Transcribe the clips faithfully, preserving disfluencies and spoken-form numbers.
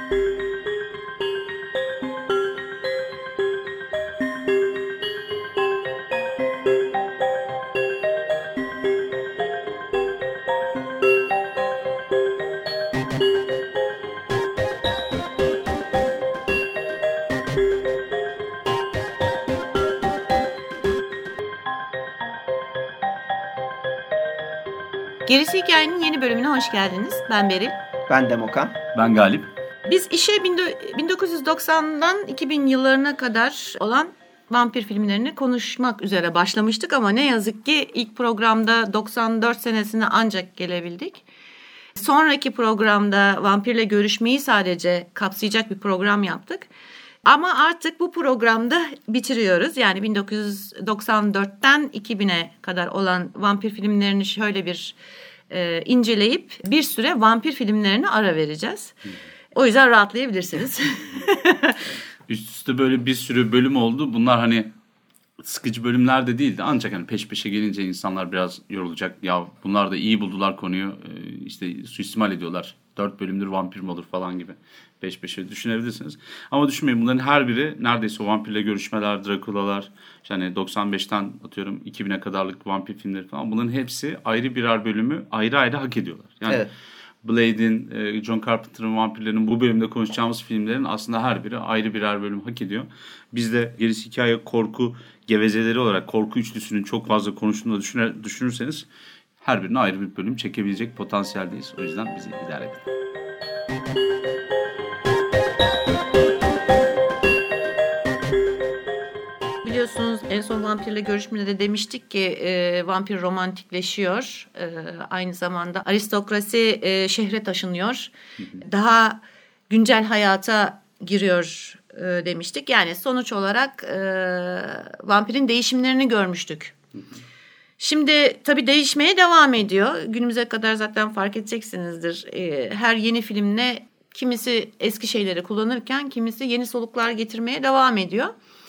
Gerisi Hikayenin yeni bölümüne hoş geldiniz. Ben Beril. Ben Demokan. Ben Galip. Biz işe bin dokuz yüz doksandan iki bin yıllarına kadar olan vampir filmlerini konuşmak üzere başlamıştık ama ne yazık ki ilk programda doksan dört senesine ancak gelebildik. Sonraki programda vampirle görüşmeyi sadece kapsayacak bir program yaptık. Ama artık bu programda bitiriyoruz. Yani bin dokuz yüz doksan dörtten iki bine kadar olan vampir filmlerini şöyle bir e, inceleyip bir süre vampir filmlerine ara vereceğiz. O yüzden rahatlayabilirsiniz. Üst üste böyle bir sürü bölüm oldu. Bunlar hani sıkıcı bölümler de değildi. Ancak hani peş peşe gelince insanlar biraz yorulacak. Ya bunlar da iyi buldular konuyu. İşte suistimal ediyorlar. Dört bölümdür vampir mi olur falan gibi. Peş peşe düşünebilirsiniz. Ama düşünmeyin, bunların her biri neredeyse vampirle görüşmeler, Drakula'lar, yani doksan beşten atıyorum iki bine kadarlık vampir filmleri falan. Bunların hepsi ayrı birer bölümü ayrı ayrı hak ediyorlar. Yani evet. Blade'in, John Carpenter'ın vampirlerin, bu bölümde konuşacağımız filmlerin aslında her biri ayrı birer bölüm hak ediyor. Biz de Gerisi Hikaye korku gevezeleri olarak korku üçlüsünün çok fazla konuştuğunu düşünür, düşünürseniz her birine ayrı bir bölüm çekebilecek potansiyeldeyiz. O yüzden bizi idare edin. Biliyorsunuz en son vampirle görüşmede de demiştik ki e, vampir romantikleşiyor. E, aynı zamanda aristokrasi e, şehre taşınıyor. Daha güncel hayata giriyor e, demiştik. Yani sonuç olarak e, vampirin değişimlerini görmüştük. Şimdi tabii değişmeye devam ediyor. Günümüze kadar zaten fark edeceksinizdir. E, her yeni filmle kimisi eski şeyleri kullanırken kimisi yeni soluklar getirmeye devam ediyor.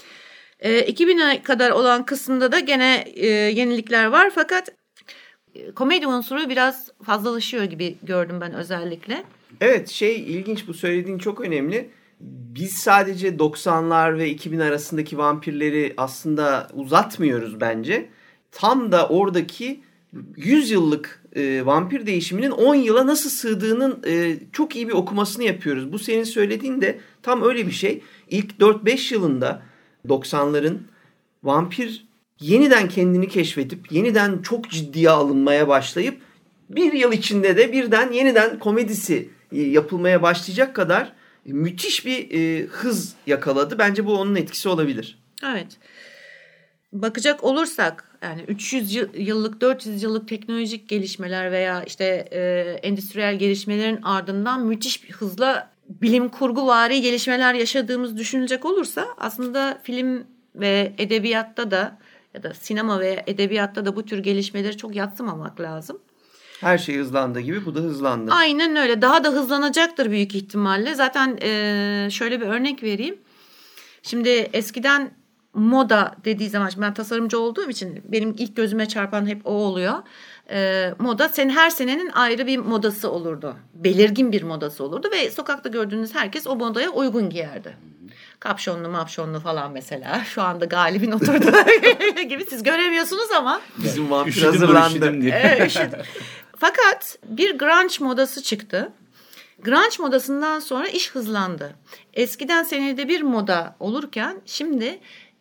iki bine kadar olan kısımda da gene e, yenilikler var fakat e, komedi unsuru biraz fazlalaşıyor gibi gördüm ben özellikle. Evet, şey ilginç, bu söylediğin çok önemli. Biz sadece doksanlar ve iki bin arasındaki vampirleri aslında uzatmıyoruz bence. Tam da oradaki yüz yıllık e, vampir değişiminin on yıla nasıl sığdığının e, çok iyi bir okumasını yapıyoruz. Bu senin söylediğin de tam öyle bir şey. İlk dört beş yılında doksanların vampir yeniden kendini keşfedip yeniden çok ciddiye alınmaya başlayıp bir yıl içinde de birden yeniden komedisi yapılmaya başlayacak kadar müthiş bir e, hız yakaladı. Bence bu onun etkisi olabilir. Evet. Bakacak olursak yani üç yüz yıllık dört yüz yıllık teknolojik gelişmeler veya işte e, endüstriyel gelişmelerin ardından müthiş bir hızla bilim kurguvari gelişmeler yaşadığımız düşünülecek olursa aslında film ve edebiyatta da ya da sinema ve edebiyatta da bu tür gelişmeleri çok yadsımamak lazım. Her şey hızlandığı gibi bu da hızlandı. Aynen öyle. Daha da hızlanacaktır büyük ihtimalle. Zaten e, şöyle bir örnek vereyim. Şimdi eskiden moda dediği zaman, ben tasarımcı olduğum için benim ilk gözüme çarpan hep o oluyor. E, moda, senin her senenin ayrı bir modası olurdu. Belirgin bir modası olurdu ve sokakta gördüğünüz herkes o modaya uygun giyerdi. Kapşonlu mapşonlu falan mesela. Şu anda Galip'in oturduğu gibi siz göremiyorsunuz ama. Bizim vampir hazırlandı. Evet, üşüdüm. Fakat bir grunge modası çıktı. Grunge modasından sonra iş hızlandı. Eskiden senede bir moda olurken şimdi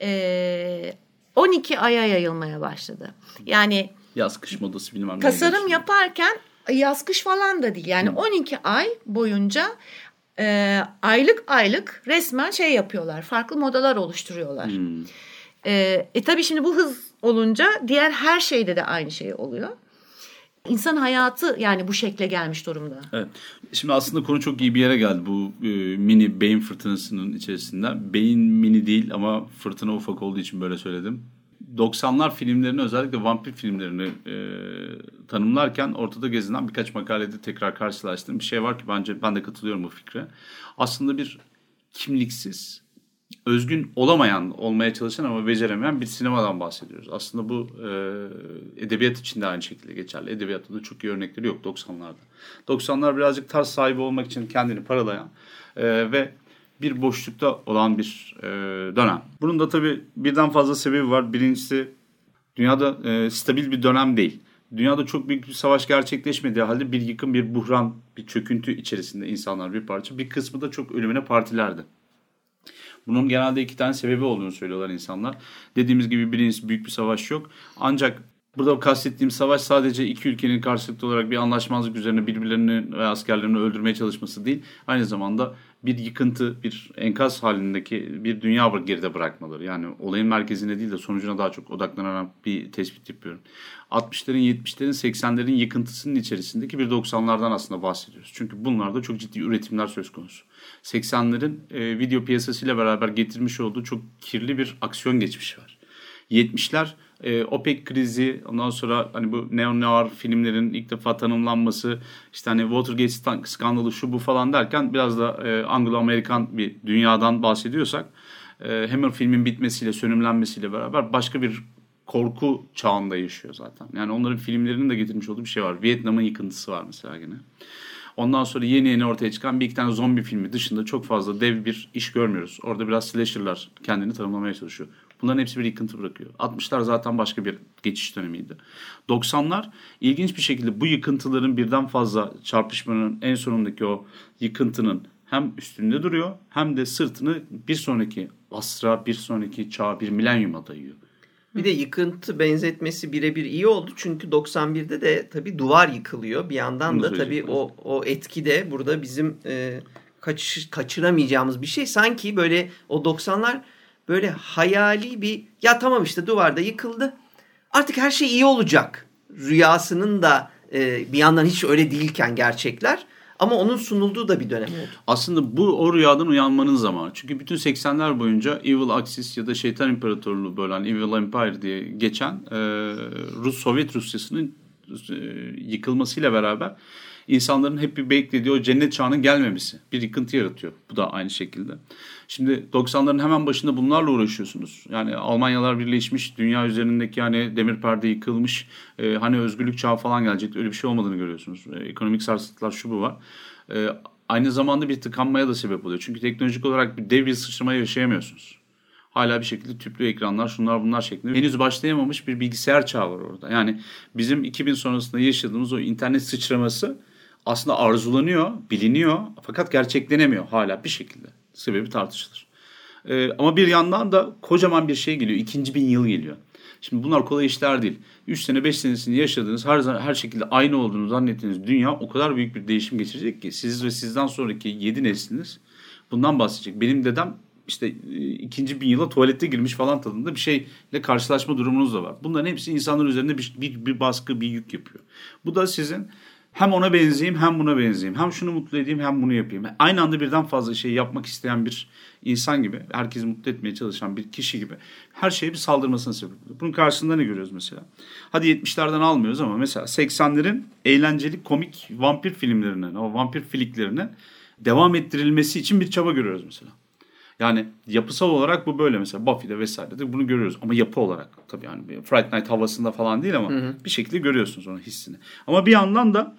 e, on iki aya yayılmaya başladı. Yani yaz kış modası bilmem ne. Tasarım yaparken yaz kış falan da değil. Yani Hı. on iki ay boyunca e, aylık aylık resmen şey yapıyorlar. Farklı modalar oluşturuyorlar. Hmm. E, e tabii şimdi bu hız olunca diğer her şeyde de aynı şey oluyor. İnsan hayatı yani bu şekle gelmiş durumda. Evet. Şimdi aslında konu çok iyi bir yere geldi. Bu e, mini beyin fırtınasının içerisinde. Beyin mini değil ama fırtına ufak olduğu için böyle söyledim. doksanlar filmlerini, özellikle vampir filmlerini e, tanımlarken ortada gezinen birkaç makalede tekrar karşılaştığım bir şey var ki bence ben de katılıyorum bu fikre. Aslında bir kimliksiz, özgün olamayan, olmaya çalışan ama beceremeyen bir sinemadan bahsediyoruz. Aslında bu e, edebiyat için de aynı şekilde geçerli. Edebiyatta da çok iyi örnekleri yok doksanlarda. doksanlar birazcık tarz sahibi olmak için kendini paralayan e, ve bir boşlukta olan bir e, dönem. Bunun da tabii birden fazla sebebi var. Birincisi dünyada e, stabil bir dönem değil. Dünyada çok büyük bir savaş gerçekleşmediği halde bir yıkım, bir buhran, bir çöküntü içerisinde insanlar bir parça. Bir kısmı da çok ölümüne partilerdi. Bunun genelde iki tane sebebi olduğunu söylüyorlar insanlar. Dediğimiz gibi birincisi büyük bir savaş yok. Ancak burada kastettiğim savaş sadece iki ülkenin karşılıklı olarak bir anlaşmazlık üzerine birbirlerini ve askerlerini öldürmeye çalışması değil. Aynı zamanda bir yıkıntı, bir enkaz halindeki bir dünya geride bırakmaları. Yani olayın merkezine değil de sonucuna daha çok odaklanarak bir tespit yapıyorum. altmışların, yetmişlerin, seksenlerin yıkıntısının içerisindeki bir doksanlardan aslında bahsediyoruz. Çünkü bunlarda çok ciddi üretimler söz konusu. seksenlerin e, video piyasasıyla beraber getirmiş olduğu çok kirli bir aksiyon geçmişi var. yetmişler e, OPEC krizi, ondan sonra hani bu neo-noir filmlerin ilk defa tanımlanması, işte hani Watergate skandalı şu bu falan derken biraz da e, Anglo-Amerikan bir dünyadan bahsediyorsak e, Hammer filmin bitmesiyle, sönümlenmesiyle beraber başka bir korku çağında yaşıyor zaten. Yani onların filmlerinin de getirmiş olduğu bir şey var. Vietnam'ın yıkıntısı var mesela gene. Ondan sonra yeni yeni ortaya çıkan bir iki tane zombi filmi dışında çok fazla dev bir iş görmüyoruz. Orada biraz slasher'lar kendini tanımlamaya çalışıyor. Bunların hepsi bir yıkıntı bırakıyor. altmışlar zaten başka bir geçiş dönemiydi. doksanlar ilginç bir şekilde bu yıkıntıların birden fazla çarpışmanın en sonundaki o yıkıntının hem üstünde duruyor hem de sırtını bir sonraki asra, bir sonraki çağa, bir milenyuma dayıyor. Bir de yıkıntı benzetmesi birebir iyi oldu. Çünkü doksan birde de tabii duvar yıkılıyor. Bir yandan da tabii o o etki de burada bizim e, kaç, kaçıramayacağımız bir şey. Sanki böyle o doksanlar böyle hayali bir, ya tamam işte duvarda yıkıldı, artık her şey iyi olacak rüyasının da e, bir yandan hiç öyle değilken gerçekler. Ama onun sunulduğu da bir dönem oldu. Aslında bu o rüyadan uyanmanın zamanı. Çünkü bütün seksenler boyunca Evil Axis ya da Şeytan İmparatorluğu böyle hani Evil Empire diye geçen e, Rus Sovyet Rusyası'nın e, yıkılmasıyla beraber insanların hep bir beklediği o cennet çağının gelmemesi bir yıkıntı yaratıyor. Bu da aynı şekilde. Şimdi doksanların hemen başında bunlarla uğraşıyorsunuz. Yani Almanyalar birleşmiş, dünya üzerindeki hani demir perde yıkılmış, e, hani özgürlük çağı falan gelecek. Öyle bir şey olmadığını görüyorsunuz. E, ekonomik sarsıntılar şu bu var. E, aynı zamanda bir tıkanmaya da sebep oluyor. Çünkü teknolojik olarak bir dev bir sıçramayı yaşayamıyorsunuz. Hala bir şekilde tüplü ekranlar, şunlar bunlar şeklinde. Henüz başlayamamış bir bilgisayar çağı var orada. Yani bizim iki bin sonrasında yaşadığımız o internet sıçraması aslında arzulanıyor, biliniyor fakat gerçeklenemiyor hala bir şekilde. Sebebi tartışılır. Ee, ama bir yandan da kocaman bir şey geliyor. İkinci bin yıl geliyor. Şimdi bunlar kolay işler değil. üç sene beş senesini yaşadığınız, her her şekilde aynı olduğunu zannettiğiniz dünya o kadar büyük bir değişim geçirecek ki siz ve sizden sonraki yedi nesliniz bundan bahsedecek. Benim dedem işte ikinci bin yıla tuvalette girmiş falan tadında bir şeyle karşılaşma durumunuz da var. Bunların hepsi insanların üzerinde bir, bir, bir baskı, bir yük yapıyor. Bu da sizin hem ona benzeyeyim hem buna benzeyeyim. Hem şunu mutlu edeyim hem bunu yapayım. Aynı anda birden fazla şey yapmak isteyen bir insan gibi, herkesi mutlu etmeye çalışan bir kişi gibi her şeye bir saldırmasına sebep oluyor. Bunun karşısında ne görüyoruz mesela? Hadi yetmişlerden almıyoruz ama mesela seksenlerin eğlenceli komik vampir filmlerinin, o vampir filiklerinin devam ettirilmesi için bir çaba görüyoruz mesela. Yani yapısal olarak bu böyle mesela Buffy'de vesairede bunu görüyoruz ama yapı olarak tabii yani Fright Night havasında falan değil ama hı hı. bir şekilde görüyorsunuz onun hissini. Ama bir yandan da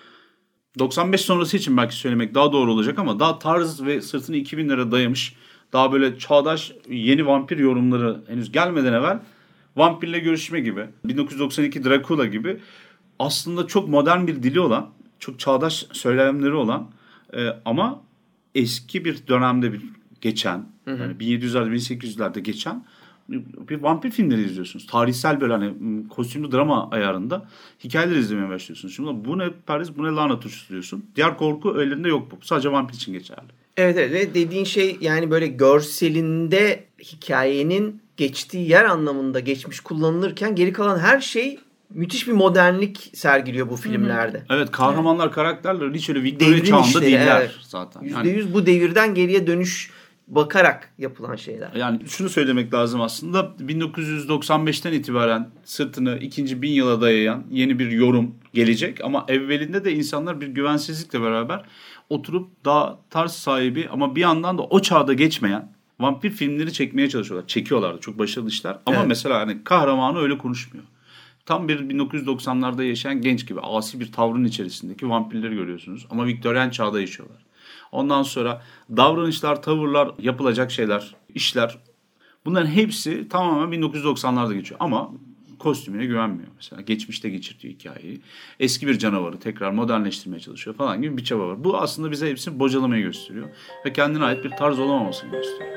doksan beş sonrası için belki söylemek daha doğru olacak ama daha tarz ve sırtını iki binlere dayamış daha böyle çağdaş yeni vampir yorumları henüz gelmeden evvel vampirle görüşme gibi bin dokuz yüz doksan iki Dracula gibi aslında çok modern bir dili olan çok çağdaş söylemleri olan e, ama eski bir dönemde bir geçen, hı hı. yani bin yedi yüzlerde bin sekiz yüzlerde geçen bir vampir filmleri izliyorsunuz. Tarihsel böyle hani kostümlü drama ayarında hikayeler izlemeye başlıyorsunuz. Şimdi bu ne Paris, bu ne lahana turşusu diyorsun. Diğer korku ellerinde yok bu. Sadece vampir için geçerli. Evet evet ve dediğin şey yani böyle görselinde hikayenin geçtiği yer anlamında geçmiş kullanılırken geri kalan her şey müthiş bir modernlik sergiliyor bu filmlerde. Hı hı. Evet kahramanlar, evet. karakterler hiç öyle Victoria çağında işte, değiller evet. zaten. yüzde yüz yani, bu devirden geriye dönüş bakarak yapılan şeyler. Yani şunu söylemek lazım aslında bin dokuz yüz doksan beşten itibaren sırtını ikinci bin yıla dayayan yeni bir yorum gelecek ama evvelinde de insanlar bir güvensizlikle beraber oturup daha tarz sahibi ama bir yandan da o çağda geçmeyen vampir filmleri çekmeye çalışıyorlar. Çekiyorlardı. Çok başarılı işler. Ama evet. mesela hani kahramanı öyle konuşmuyor. Tam bir bin dokuz yüz doksanlarda yaşayan genç gibi asi bir tavrın içerisindeki vampirleri görüyorsunuz. Ama Viktoryen çağda yaşıyorlar. Ondan sonra davranışlar, tavırlar, yapılacak şeyler, işler, bunların hepsi tamamen bin dokuz yüz doksanlarda geçiyor. Ama kostümüne güvenmiyor mesela. Geçmişte geçirdiği hikayeyi. Eski bir canavarı tekrar modernleştirmeye çalışıyor falan gibi bir çaba var. Bu aslında bize hepsini bocalamayı gösteriyor. Ve kendine ait bir tarz olamamasını gösteriyor.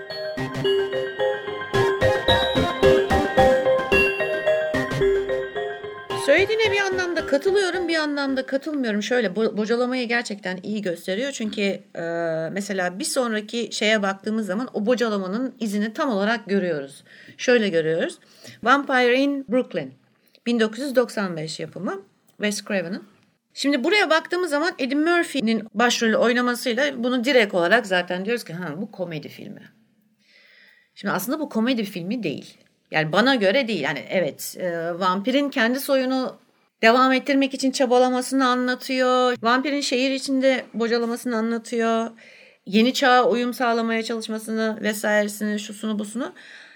Söylediğine bir anlamda katılıyorum, bir anlamda katılmıyorum. Şöyle bo- bocalamayı gerçekten iyi gösteriyor. Çünkü e, mesela bir sonraki şeye baktığımız zaman o bocalamanın izini tam olarak görüyoruz. Şöyle görüyoruz. Vampire in Brooklyn. bin dokuz yüz doksan beş yapımı. Wes Craven'ın. Şimdi buraya baktığımız zaman Eddie Murphy'nin başrolü oynamasıyla bunu direkt olarak zaten diyoruz ki ha bu komedi filmi. Şimdi aslında bu komedi filmi değil. Yani bana göre değil. Yani evet, e, vampirin kendi soyunu devam ettirmek için çabalamasını anlatıyor. Vampirin şehir içinde bocalamasını anlatıyor. Yeni çağa uyum sağlamaya çalışmasını vesairesini, şusunu busunu.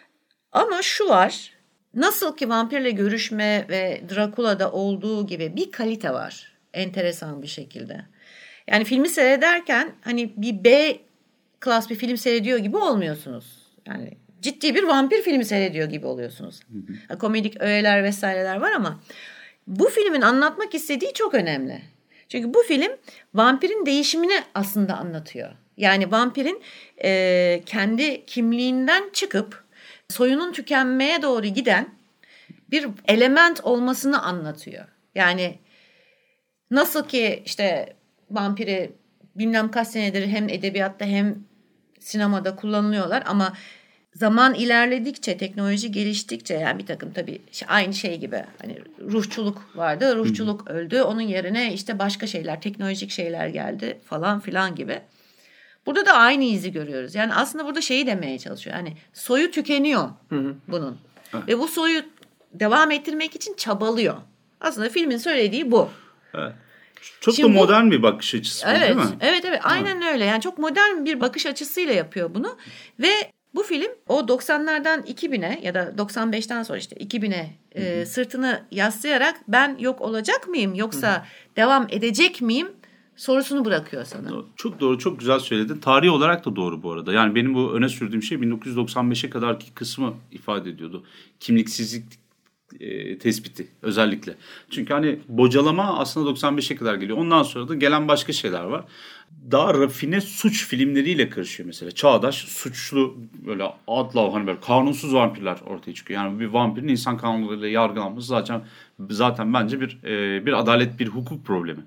Ama şu var. Nasıl ki vampirle görüşme ve Dracula'da olduğu gibi bir kalite var. Enteresan bir şekilde. Yani filmi seyrederken hani bir B klas bir film seyrediyor gibi olmuyorsunuz. Yani ciddi bir vampir filmi seyrediyor gibi oluyorsunuz. Hı hı. Komedik öğeler vesaireler var ama bu filmin anlatmak istediği çok önemli. Çünkü bu film vampirin değişimini aslında anlatıyor. Yani vampirin e, kendi kimliğinden çıkıp soyunun tükenmeye doğru giden bir element olmasını anlatıyor. Yani nasıl ki işte vampiri bilmem kaç senedir hem edebiyatta hem sinemada kullanılıyorlar ama zaman ilerledikçe, teknoloji geliştikçe yani bir takım tabii aynı şey gibi hani ruhçuluk vardı. Ruhçuluk Hı-hı. öldü. Onun yerine işte başka şeyler, teknolojik şeyler geldi falan filan gibi. Burada da aynı izi görüyoruz. Yani aslında burada şeyi demeye çalışıyor. Hani soyu tükeniyor Hı-hı. bunun. Evet. Ve bu soyu devam ettirmek için çabalıyor. Aslında filmin söylediği bu. Evet. Çok Şimdi da modern bu, bir bakış açısı evet, değil mi? Evet, evet. Aynen evet. öyle. Yani çok modern bir bakış açısıyla yapıyor bunu. Ve bu film o doksanlardan iki bine ya da doksan beşten sonra işte iki bine e, sırtını yaslayarak ben yok olacak mıyım yoksa Hı-hı. devam edecek miyim sorusunu bırakıyor sana. Çok doğru, çok güzel söyledin. Tarihi olarak da doğru bu arada. Yani benim bu öne sürdüğüm şey bin dokuz yüz doksan beşe kadarki kısmı ifade ediyordu. Kimliksizlik e, tespiti özellikle. Çünkü hani bocalama aslında doksan beşe kadar geliyor. Ondan sonra da gelen başka şeyler var. Daha rafine suç filmleriyle karışıyor mesela. Çağdaş suçlu böyle outlaw hani böyle kanunsuz vampirler ortaya çıkıyor. Yani bir vampirin insan kanunlarıyla yargılanması zaten zaten bence bir e, bir adalet, bir hukuk problemi.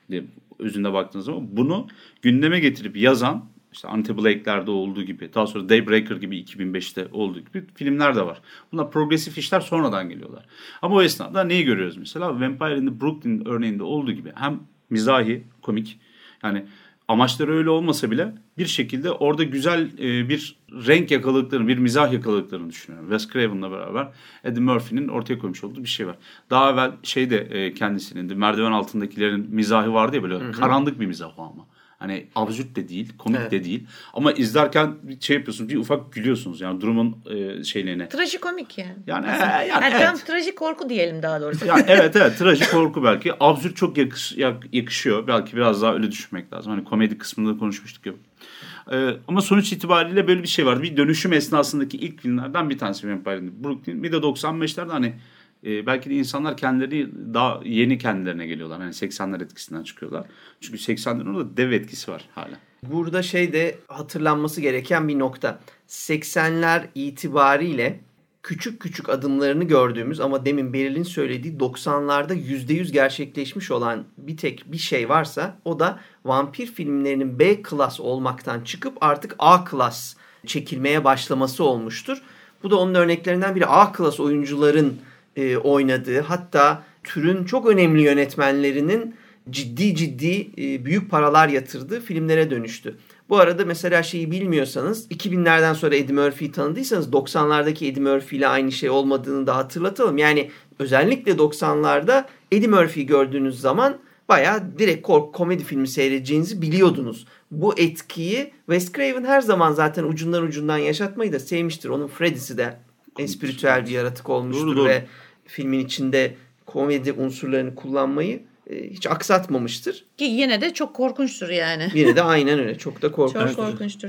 Özünde baktığınız zaman bunu gündeme getirip yazan işte Anti-Blake'lerde olduğu gibi daha sonra Daybreaker gibi iki bin beşte olduğu gibi filmler de var. Bunlar progresif işler sonradan geliyorlar. Ama o esnada neyi görüyoruz mesela? Vampire in the Brooklyn örneğinde olduğu gibi hem mizahi, komik yani amaçları öyle olmasa bile bir şekilde orada güzel e, bir renk yakaladıklarını, bir mizah yakaladıklarını düşünüyorum. Wes Craven'la beraber Eddie Murphy'nin ortaya koymuş olduğu bir şey var. Daha evvel şey de e, kendisinin de merdiven altındakilerin mizahı vardı ya böyle hı hı. karanlık bir mizah o ama. Hani absürt de değil, komik evet. de değil. Ama izlerken şey yapıyorsunuz, bir ufak gülüyorsunuz yani durumun e, şeylerine. Trajikomik yani. Yani, e, yani, yani yani evet. Tam trajik-korku diyelim daha doğrusu. Yani evet evet trajik-korku belki. Absürt çok yakış, yakışıyor. Belki biraz daha öyle düşünmek lazım. Hani komedi kısmında konuşmuştuk ya. Ee, ama sonuç itibariyle böyle bir şey vardı. Bir dönüşüm esnasındaki ilk filmlerden bir tanesi Vampire in the Brooklyn. Bir de doksan beşlerde hani e, belki de insanlar kendileri daha yeni kendilerine geliyorlar. Yani seksenler etkisinden çıkıyorlar. Çünkü seksenlerin orada dev etkisi var hala. Burada şey de hatırlanması gereken bir nokta. seksenler itibariyle küçük küçük adımlarını gördüğümüz ama demin Beril'in söylediği doksanlarda yüzde yüz gerçekleşmiş olan bir tek bir şey varsa o da vampir filmlerinin B klas olmaktan çıkıp artık A klas çekilmeye başlaması olmuştur. Bu da onun örneklerinden biri. A klas oyuncuların e, oynadığı, hatta türün çok önemli yönetmenlerinin ciddi ciddi e, büyük paralar yatırdığı filmlere dönüştü. Bu arada mesela şeyi bilmiyorsanız iki binlerden sonra Eddie Murphy'yi tanıdıysanız doksanlardaki Eddie Murphy ile aynı şey olmadığını da hatırlatalım. Yani özellikle doksanlarda Eddie Murphy'yi gördüğünüz zaman bayağı direkt korku komedi filmi seyredeceğinizi biliyordunuz. Bu etkiyi Wes Craven her zaman zaten ucundan ucundan yaşatmayı da sevmiştir. Onun Freddy'si de espritüel bir yaratık olmuştur doğru, doğru. ve filmin içinde komedi unsurlarını kullanmayı e, hiç aksatmamıştır. Ki yine de çok korkunçtur yani. Yine de aynen öyle. Çok da korkunçtur. Çok korkunçtur.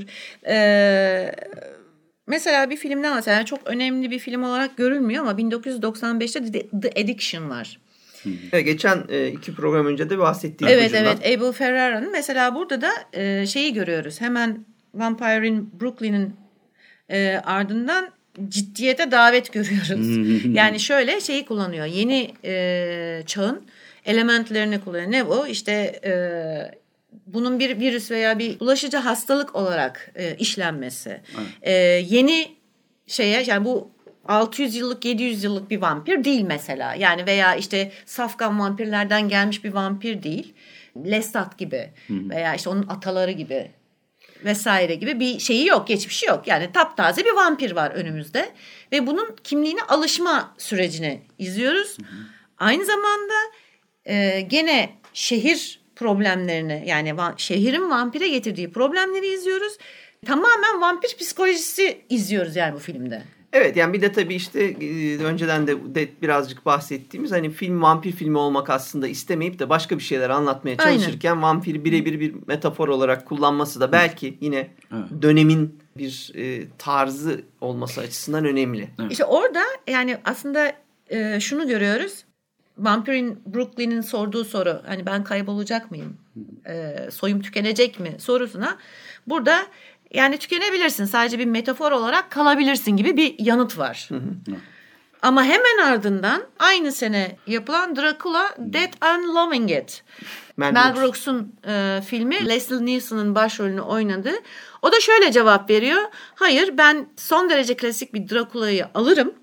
Ee, mesela bir filmden mesela çok önemli bir film olarak görülmüyor ama bin dokuz yüz doksan beşte The Addiction var. Evet, geçen e, iki program önce de bahsettiğim Evet ucundan. evet Abel Ferrara'nın mesela burada da e, şeyi görüyoruz. Hemen Vampire in Brooklyn'in e, ardından ciddiyete davet görüyoruz. Yani şöyle şeyi kullanıyor. Yeni e, çağın elementlerini kullanıyor. Ne bu? İşte e, bunun bir virüs veya bir bulaşıcı hastalık olarak e, işlenmesi. E, yeni şeye yani bu altı yüz yıllık yedi yüz yıllık bir vampir değil mesela. Yani veya işte safkan vampirlerden gelmiş bir vampir değil. Lestat gibi veya işte onun ataları gibi vesaire gibi bir şeyi yok, geçmişi yok. Yani taptaze bir vampir var önümüzde ve bunun kimliğine alışma sürecini izliyoruz. Hı hı. Aynı zamanda e, gene şehir problemlerini yani va- şehrin vampire getirdiği problemleri izliyoruz. Tamamen vampir psikolojisi izliyoruz yani bu filmde. Evet yani bir de tabii işte önceden de, de birazcık bahsettiğimiz hani film vampir filmi olmak aslında istemeyip de başka bir şeyler anlatmaya çalışırken aynen. Vampiri birebir bir metafor olarak kullanması da belki yine evet. dönemin bir e, tarzı olması açısından önemli. Evet. İşte orada yani aslında e, şunu görüyoruz. Vampirin Brooklyn'in sorduğu soru hani ben kaybolacak mıyım? E, soyum tükenecek mi? Sorusuna burada yani tükenebilirsin sadece bir metafor olarak kalabilirsin gibi bir yanıt var. Hı hı. Ama hemen ardından aynı sene yapılan Dracula Dead and Loving It. Mel, Mel Brooks'un e, filmi Leslie Nielsen'ın başrolünü oynadığı. O da şöyle cevap veriyor. Hayır ben son derece klasik bir Dracula'yı alırım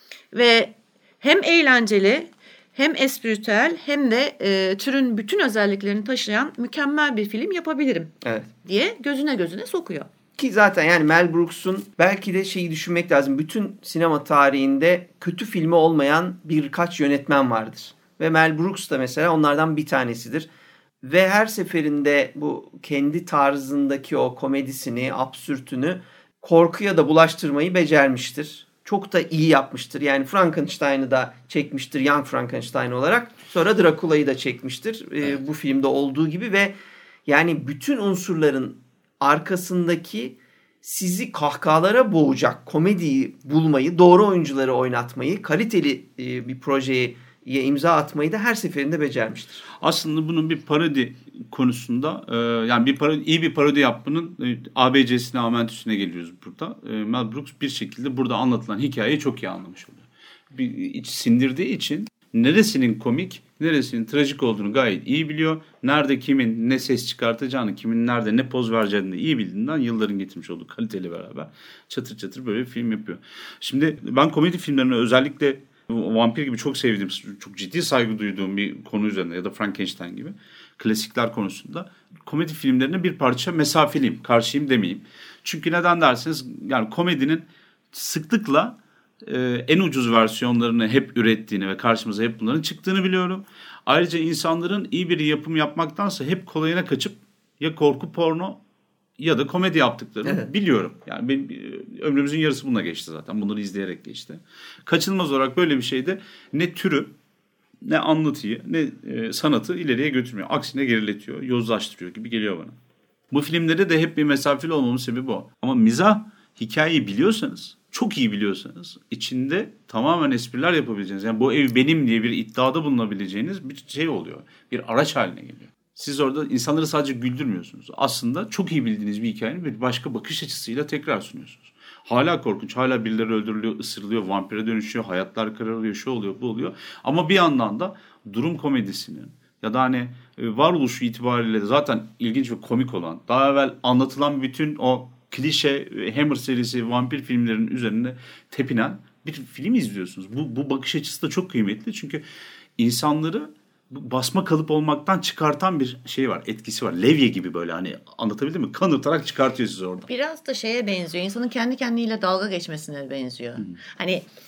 ve hem eğlenceli hem espritüel hem de e, türün bütün özelliklerini taşıyan mükemmel bir film yapabilirim evet. diye gözüne gözüne sokuyor. Ki zaten yani Mel Brooks'un belki de şeyi düşünmek lazım. Bütün sinema tarihinde kötü filmi olmayan birkaç yönetmen vardır. Ve Mel Brooks da mesela onlardan bir tanesidir. Ve her seferinde bu kendi tarzındaki o komedisini, absürtünü korkuya da bulaştırmayı becermiştir. Çok da iyi yapmıştır. Yani Frankenstein'ı da çekmiştir Young Frankenstein olarak. Sonra Dracula'yı da çekmiştir. Evet. Ee, bu filmde olduğu gibi ve yani bütün unsurların arkasındaki sizi kahkahalara boğacak komediyi bulmayı, doğru oyuncuları oynatmayı, kaliteli e, bir projeye imza atmayı da her seferinde becermiştir. Aslında bunun bir parodi konusunda e, yani bir parodi, iyi bir parodi yapmanın e, A B C'sine, amentüsüne geliyoruz burada. E, Mel Brooks bir şekilde burada anlatılan hikayeyi çok iyi anlamış oluyor. Bir, iç sindirdiği için neresinin komik, neresinin trajik olduğunu gayet iyi biliyor. Nerede kimin ne ses çıkartacağını, kimin nerede ne poz vereceğini iyi bildiğinden yılların getirmiş olduğu kaliteyle beraber çatır çatır böyle bir film yapıyor. Şimdi ben komedi filmlerini özellikle vampir gibi çok sevdiğim, çok ciddi saygı duyduğum bir konu üzerinde ya da Frankenstein gibi klasikler konusunda komedi filmlerine bir parça mesafeliyim, karşıyım demeyeyim. Çünkü neden derseniz yani komedinin sıklıkla e, en ucuz versiyonlarını hep ürettiğini ve karşımıza hep bunların çıktığını biliyorum. Ayrıca insanların iyi bir yapım yapmaktansa hep kolayına kaçıp ya korku porno ya da komedi yaptıklarını evet. biliyorum. Yani benim ömrümüzün yarısı bununla geçti zaten. Bunları izleyerek geçti. Kaçınılmaz olarak böyle bir şeyde ne türü, ne anlatıyı, ne e, sanatı ileriye götürmüyor. Aksine geriletiyor, yozlaştırıyor gibi geliyor bana. Bu filmlerde de hep bir mesafeli olmamın sebebi o. Ama mizah, hikayeyi biliyorsanız, çok iyi biliyorsanız, içinde tamamen espriler yapabileceğiniz, yani bu ev benim diye bir iddiada bulunabileceğiniz bir şey oluyor. Bir araç haline geliyor. Siz orada insanları sadece güldürmüyorsunuz. Aslında çok iyi bildiğiniz bir hikayenin bir başka bakış açısıyla tekrar sunuyorsunuz. Hala korkunç, hala birileri öldürülüyor, ısırılıyor, vampire dönüşüyor, hayatlar kararıyor, şu oluyor, bu oluyor. Ama bir yandan da durum komedisinin ya da hani varoluşu itibariyle de zaten ilginç ve komik olan, daha evvel anlatılan bütün o klişe Hammer serisi vampir filmlerinin üzerinde tepinen bir film izliyorsunuz. Bu, bu bakış açısı da çok kıymetli çünkü insanları basma kalıp olmaktan çıkartan bir şey var, etkisi var. Levye gibi böyle hani anlatabildim mi? Kanırtarak çıkartıyor sizi orada. Biraz da şeye benziyor. İnsanın kendi kendiyle dalga geçmesine benziyor. Hı. Hani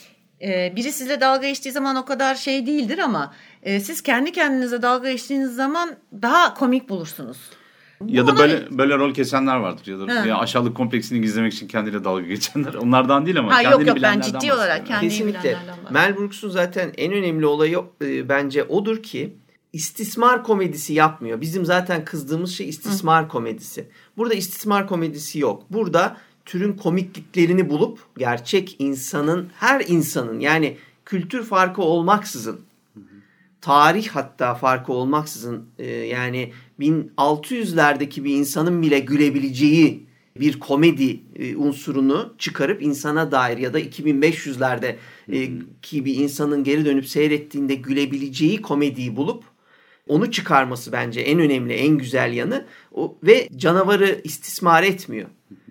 e, biri sizle dalga geçtiği zaman o kadar şey değildir ama e, siz kendi kendinize dalga geçtiğiniz zaman daha komik bulursunuz. Ya da böyle böyle rol kesenler vardır ya da ya aşağılık kompleksini gizlemek için kendiyle dalga geçenler. Onlardan değil ama ha, kendini yok, yok, bilenlerden ben ciddi olarak kendini Kesinlikle. bilenlerden bahsediyorum. Mel Brooks'un zaten en önemli olayı e, bence odur ki istismar komedisi yapmıyor. Bizim zaten kızdığımız şey istismar Hı. komedisi. Burada istismar komedisi yok. Burada türün komikliklerini bulup gerçek insanın, her insanın yani kültür farkı olmaksızın, Hı. tarih hatta farkı olmaksızın e, yani bin altı yüzlerdeki bir insanın bile gülebileceği bir komedi e, unsurunu çıkarıp insana dair ya da iki bin beş yüzlerde e, ki bir insanın geri dönüp seyrettiğinde gülebileceği komediyi bulup onu çıkarması bence en önemli, en güzel yanı. O, ve canavarı istismar etmiyor.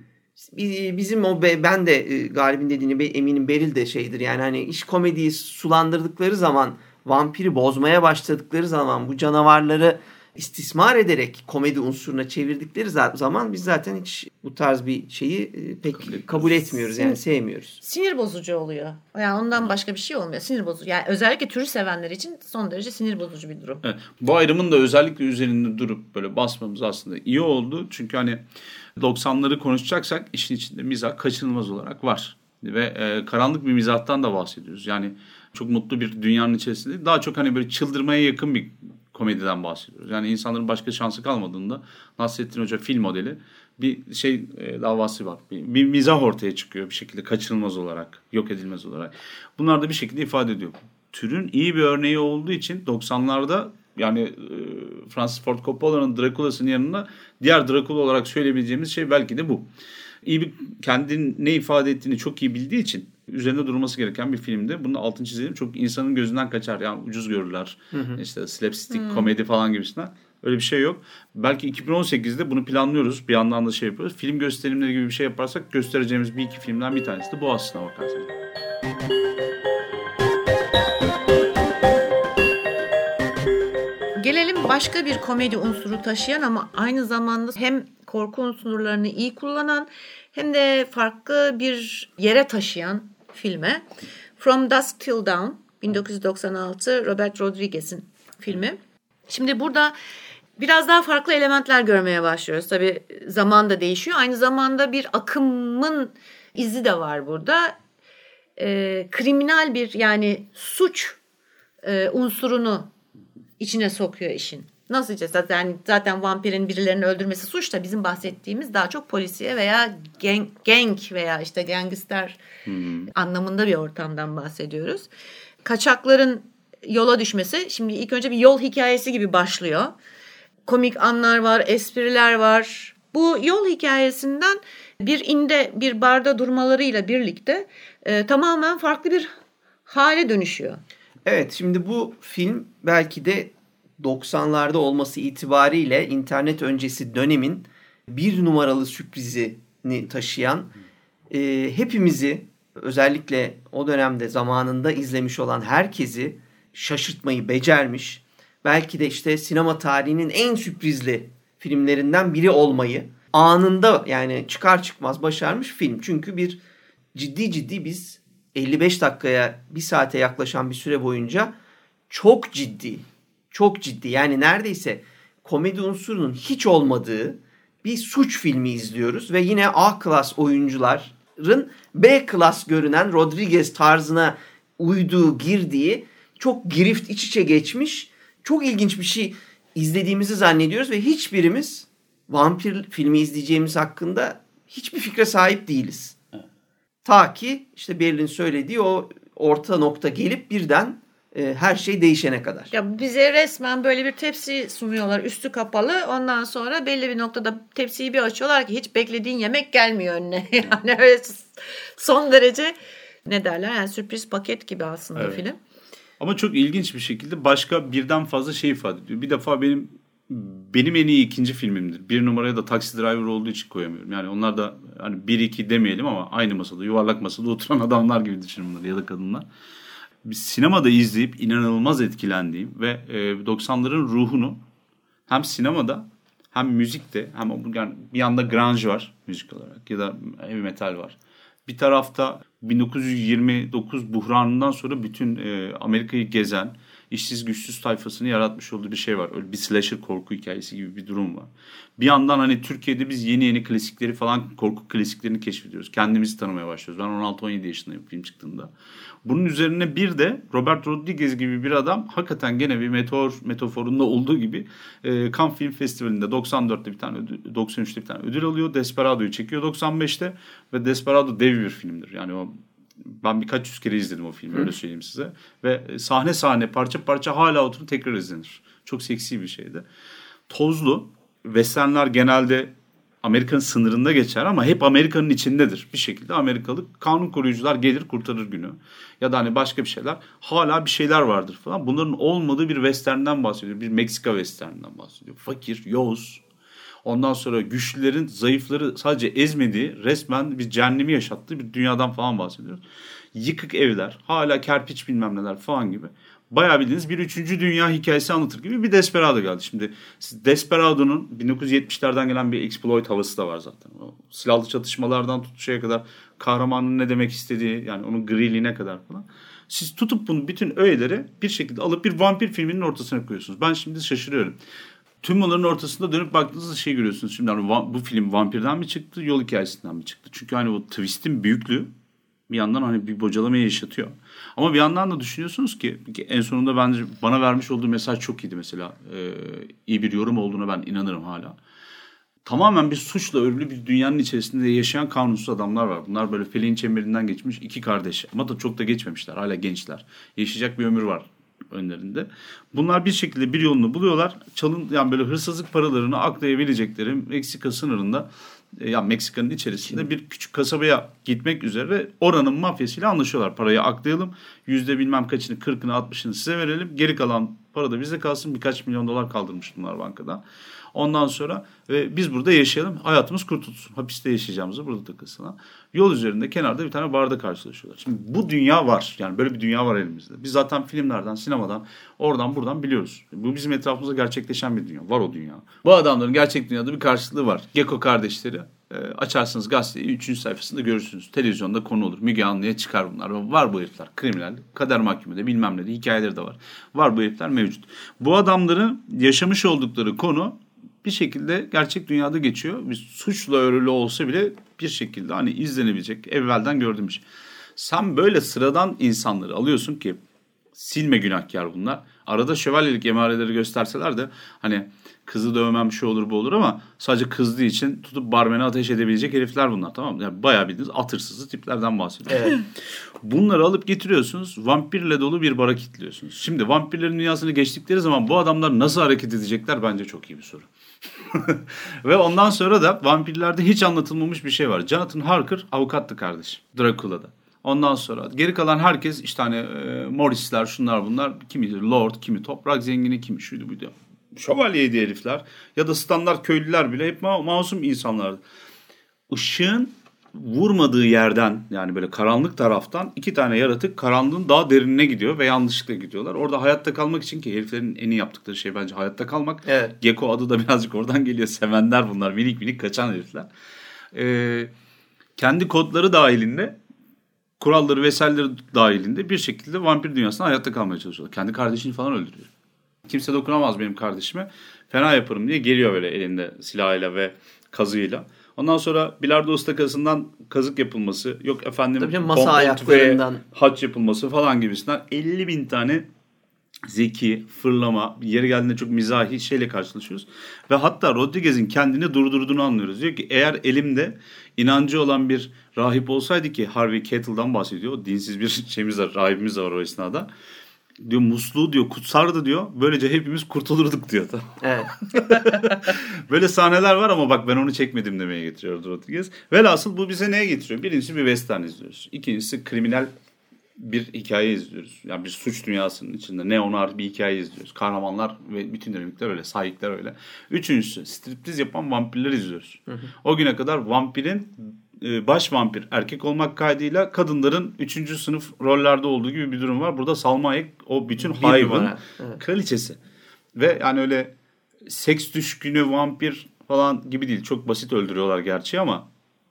Bizim o ben de e, Galip'in dediğini eminim Beril de şeydir. Yani hani iş komediyi sulandırdıkları zaman, vampiri bozmaya başladıkları zaman, bu canavarları istismar ederek komedi unsuruna çevirdikleri zaman biz zaten hiç bu tarz bir şeyi pek kabul, kabul etmiyoruz. Yani sevmiyoruz. Sinir bozucu oluyor. Yani ondan başka bir şey olmuyor. Sinir bozucu. Yani özellikle türü sevenler için son derece sinir bozucu bir durum. Evet. Bu ayrımın da özellikle üzerinde durup böyle basmamız aslında iyi oldu. Çünkü hani doksanları konuşacaksak işin içinde mizah kaçınılmaz olarak var. Ve e, karanlık bir mizahtan da bahsediyoruz. Yani çok mutlu bir dünyanın içerisinde daha çok hani böyle çıldırmaya yakın bir komediden bahsediyoruz. Yani insanların başka şansı kalmadığında Nasrettin Hoca film modeli bir şey e, davası var. Bir, bir mizah ortaya çıkıyor bir şekilde kaçınılmaz olarak, yok edilmez olarak. Bunlar da bir şekilde ifade ediyor. Türün iyi bir örneği olduğu için doksanlarda yani e, Francis Ford Coppola'nın Dracula'sının yanında diğer Dracula olarak söyleyebileceğimiz şey belki de bu. İyi bir kendini ne ifade ettiğini çok iyi bildiği için üzerinde durulması gereken bir filmde. Bunun altını çizelim. Çok insanın gözünden kaçar. Yani ucuz görürler. Hı hı. İşte slapstick, hı. komedi falan gibisinden. Öyle bir şey yok. Belki iki bin on sekizde bunu planlıyoruz. Bir yandan da şey yapıyoruz. Film gösterimleri gibi bir şey yaparsak göstereceğimiz bir iki filmden bir tanesi de bu aslına bakarsanız. Gelelim başka bir komedi unsuru taşıyan ama aynı zamanda hem korku unsurlarını iyi kullanan hem de farklı bir yere taşıyan filme. From Dusk Till Dawn bin dokuz yüz doksan altı Robert Rodriguez'in filmi. Şimdi burada biraz daha farklı elementler görmeye başlıyoruz. Tabii zaman da değişiyor. Aynı zamanda bir akımın izi de var burada. Ee, kriminal bir yani suç e, unsurunu içine sokuyor işin. Nasıl diyeceğiz? Zaten, zaten vampirin birilerini öldürmesi suç da bizim bahsettiğimiz daha çok polisiye veya gang, gang veya işte gangster hmm. anlamında bir ortamdan bahsediyoruz. Kaçakların yola düşmesi şimdi ilk önce bir yol hikayesi gibi başlıyor. Komik anlar var, espriler var. Bu yol hikayesinden bir inde bir barda durmalarıyla birlikte e, tamamen farklı bir hale dönüşüyor. Evet, şimdi bu film belki de doksanlarda olması itibariyle internet öncesi dönemin bir numaralı sürprizini taşıyan, e, hepimizi özellikle o dönemde zamanında izlemiş olan herkesi şaşırtmayı becermiş. Belki de işte sinema tarihinin en sürprizli filmlerinden biri olmayı anında yani çıkar çıkmaz başarmış film. Çünkü bir ciddi ciddi biz elli beş dakikaya bir saate yaklaşan bir süre boyunca çok ciddi, çok ciddi yani neredeyse komedi unsurunun hiç olmadığı bir suç filmi izliyoruz. Ve yine A klas oyuncuların B klas görünen Rodriguez tarzına uyduğu, girdiği çok girift iç içe geçmiş çok ilginç bir şey izlediğimizi zannediyoruz. Ve hiçbirimiz vampir filmi izleyeceğimiz hakkında hiçbir fikre sahip değiliz. Ta ki işte Beril'in söylediği o orta nokta gelip birden e, her şey değişene kadar. Ya bize resmen böyle bir tepsi sunuyorlar üstü kapalı. Ondan sonra belli bir noktada tepsiyi bir açıyorlar ki hiç beklediğin yemek gelmiyor önüne. Yani öyle son derece ne derler yani sürpriz paket gibi aslında evet. Film. Ama çok ilginç bir şekilde başka birden fazla şey ifade ediyor. Bir defa benim benim en iyi ikinci filmimdir. Bir numaraya da Taxi Driver olduğu için koyamıyorum. Yani onlar da hani bir iki demeyelim ama aynı masada, yuvarlak masada oturan adamlar gibi düşünün bunları ya da kadınlar. Biz sinemada izleyip inanılmaz etkilendiğim ve e, doksanların ruhunu hem sinemada hem müzikte hem yani bir yanda grunge var müzik olarak ya da heavy metal var. Bir tarafta bin dokuz yüz yirmi dokuz buhranından sonra bütün e, Amerika'yı gezen işsiz güçsüz tayfasını yaratmış olduğu bir şey var. Öyle bir slasher korku hikayesi gibi bir durum var. Bir yandan hani Türkiye'de biz yeni yeni klasikleri falan, korku klasiklerini keşfediyoruz. Kendimizi tanımaya başlıyoruz. Ben on altı on yedi yaşındayım film çıktığında. Bunun üzerine bir de Robert Rodriguez gibi bir adam hakikaten gene bir meteor metaforunda olduğu gibi e, Cannes Film Festivali'nde doksan dörtte bir tane ödül, doksan üçte bir tane ödül alıyor. Desperado'yu çekiyor doksan beşte ve Desperado dev bir filmdir. Yani o, ben birkaç yüz kere izledim o filmi, öyle söyleyeyim size. Ve sahne sahne, parça parça hala oturup tekrar izlenir. Çok seksi bir şeydi. Tozlu. Westernler genelde Amerika'nın sınırında geçer ama hep Amerika'nın içindedir. Bir şekilde Amerikalı kanun koruyucular gelir kurtarır günü. Ya da hani başka bir şeyler. Hala bir şeyler vardır falan. Bunların olmadığı bir Western'den bahsediyor. Bir Meksika Western'den bahsediyor. Fakir, yoz. Ondan sonra güçlülerin zayıfları sadece ezmediği, resmen bir cehennemi yaşattığı bir dünyadan falan bahsediyoruz. Yıkık evler, hala kerpiç bilmem neler falan gibi. Bayağı bildiğiniz bir üçüncü dünya hikayesi anlatır gibi bir Desperado geldi. Şimdi Desperado'nun bin dokuz yüz yetmişlerden gelen bir exploit havası da var zaten. O silahlı çatışmalardan tutuşaya kadar, kahramanın ne demek istediği, yani onun griliğine kadar falan. Siz tutup bunu, bütün öğeleri bir şekilde alıp bir vampir filminin ortasına koyuyorsunuz. Ben şimdi şaşırıyorum. Tüm bunların ortasında dönüp baktığınızda şey görüyorsunuz. Şimdi hani bu film vampirden mi çıktı, yol hikayesinden mi çıktı? Çünkü hani o twist'in büyüklüğü bir yandan hani bir bocalamayı yaşatıyor. Ama bir yandan da düşünüyorsunuz ki en sonunda bence bana vermiş olduğu mesaj çok iyiydi mesela. Ee, iyi bir yorum olduğuna ben inanırım hala. Tamamen bir suçla örülü bir dünyanın içerisinde yaşayan kanunsuz adamlar var. Bunlar böyle feleğin çemberinden geçmiş iki kardeş. Ama da çok da geçmemişler. Hala gençler. Yaşayacak bir ömür var önlerinde. Bunlar bir şekilde bir yolunu buluyorlar. Çalın, yani böyle hırsızlık paralarını aklayabilecekleri Meksika sınırında, yani Meksika'nın içerisinde bir küçük kasabaya gitmek üzere oranın mafyasıyla anlaşıyorlar. Parayı aklayalım. Yüzde bilmem kaçını, kırkını, altmışını size verelim. Geri kalan para da bizde kalsın. Birkaç milyon dolar kaldırmış bunlar bankadan. Ondan sonra e, biz burada yaşayalım. Hayatımız kurtulsun. Hapiste yaşayacağımızı burada takılsın. Yol üzerinde kenarda bir tane barda karşılaşıyorlar. Şimdi bu dünya var. Yani böyle bir dünya var elimizde. Biz zaten filmlerden, sinemadan, oradan buradan biliyoruz. Bu bizim etrafımızda gerçekleşen bir dünya. Var o dünya. Bu adamların gerçek dünyada bir karşılığı var. Gecko kardeşleri. E, açarsınız gazeteyi, üçüncü sayfasında görürsünüz. Televizyonda konu olur. Müge Anlı'ya çıkar bunlar. Var bu herifler. Kriminal, kader mahkumede bilmem ne de hikayeleri de var. Var bu herifler mevcut. Bu adamların yaşamış oldukları konu bir şekilde gerçek dünyada geçiyor. Bir suçla örülü olsa bile bir şekilde hani izlenebilecek, evvelden gördüğüm bir şey. Sen böyle sıradan insanları alıyorsun ki silme günahkar bunlar. Arada şövalyelik emareleri gösterseler de hani kızı dövmem bir şey olur bu olur ama sadece kızdığı için tutup barmene ateş edebilecek herifler bunlar, tamam mı? Yani bayağı bildiğiniz at hırsızı tiplerden bahsediyoruz. Evet. Bunları alıp getiriyorsunuz, vampirle dolu bir bara kilitliyorsunuz. Şimdi vampirlerin dünyasını geçtikleri zaman bu adamlar nasıl hareket edecekler bence çok iyi bir soru. Ve ondan sonra da vampirlerde hiç anlatılmamış bir şey var. Jonathan Harker avukattı kardeş Dracula'da. Ondan sonra geri kalan herkes işte hani e, Morris'ler, şunlar bunlar, kimi lord, kimi toprak zengini, kimi şuydu buydu. Şövalyeydi herifler ya da standart köylüler bile hep ma- masum insanlardı. Işığın vurmadığı yerden, yani böyle karanlık taraftan iki tane yaratık karanlığın daha derinine gidiyor ve yanlışlıkla gidiyorlar. Orada hayatta kalmak için, ki heriflerin en iyi yaptıkları şey bence hayatta kalmak. Evet. Gecko adı da birazcık oradan geliyor. Sevenler bunlar. Minik minik kaçan herifler. Ee, kendi kodları dahilinde, kuralları vesaireleri dahilinde bir şekilde vampir dünyasında hayatta kalmaya çalışıyorlar. Kendi kardeşini falan öldürüyor. Kimse dokunamaz benim kardeşime. Fena yaparım diye geliyor böyle elinde silahıyla ve kazığıyla. Ondan sonra bilardo ustakasından kazık yapılması, yok efendim tabii masa ayaklarından haç yapılması falan gibisinden elli bin tane zeki, fırlama, yeri geldiğinde çok mizahi şeyle karşılaşıyoruz. Ve hatta Rodriguez'in kendini durdurduğunu anlıyoruz. Diyor ki eğer elimde inancı olan bir rahip olsaydı, ki Harvey Keitel'dan bahsediyor. O dinsiz bir şeyimiz var, rahibimiz var o esnada. Diyor musluğu diyor kutsardı diyor. Böylece hepimiz kurtulurduk diyor. Evet. Böyle sahneler var ama bak ben onu çekmedim demeye getiriyor Rodriguez. Velhasıl bu bize neye getiriyor? Birincisi bir western izliyoruz. İkincisi kriminal bir hikaye izliyoruz. Yani bir suç dünyasının içinde neonar bir hikaye izliyoruz. Kahramanlar ve bütün dinamikler öyle, sahipler öyle. Üçüncüsü striptiz yapan vampirler izliyoruz. Hı hı. O güne kadar vampirin baş vampir erkek olmak kaydıyla kadınların üçüncü sınıf rollerde olduğu gibi bir durum var. Burada Salma Hayek o bütün hayvan evet. kraliçesi. Ve yani öyle seks düşkünü vampir falan gibi değil. Çok basit öldürüyorlar gerçi ama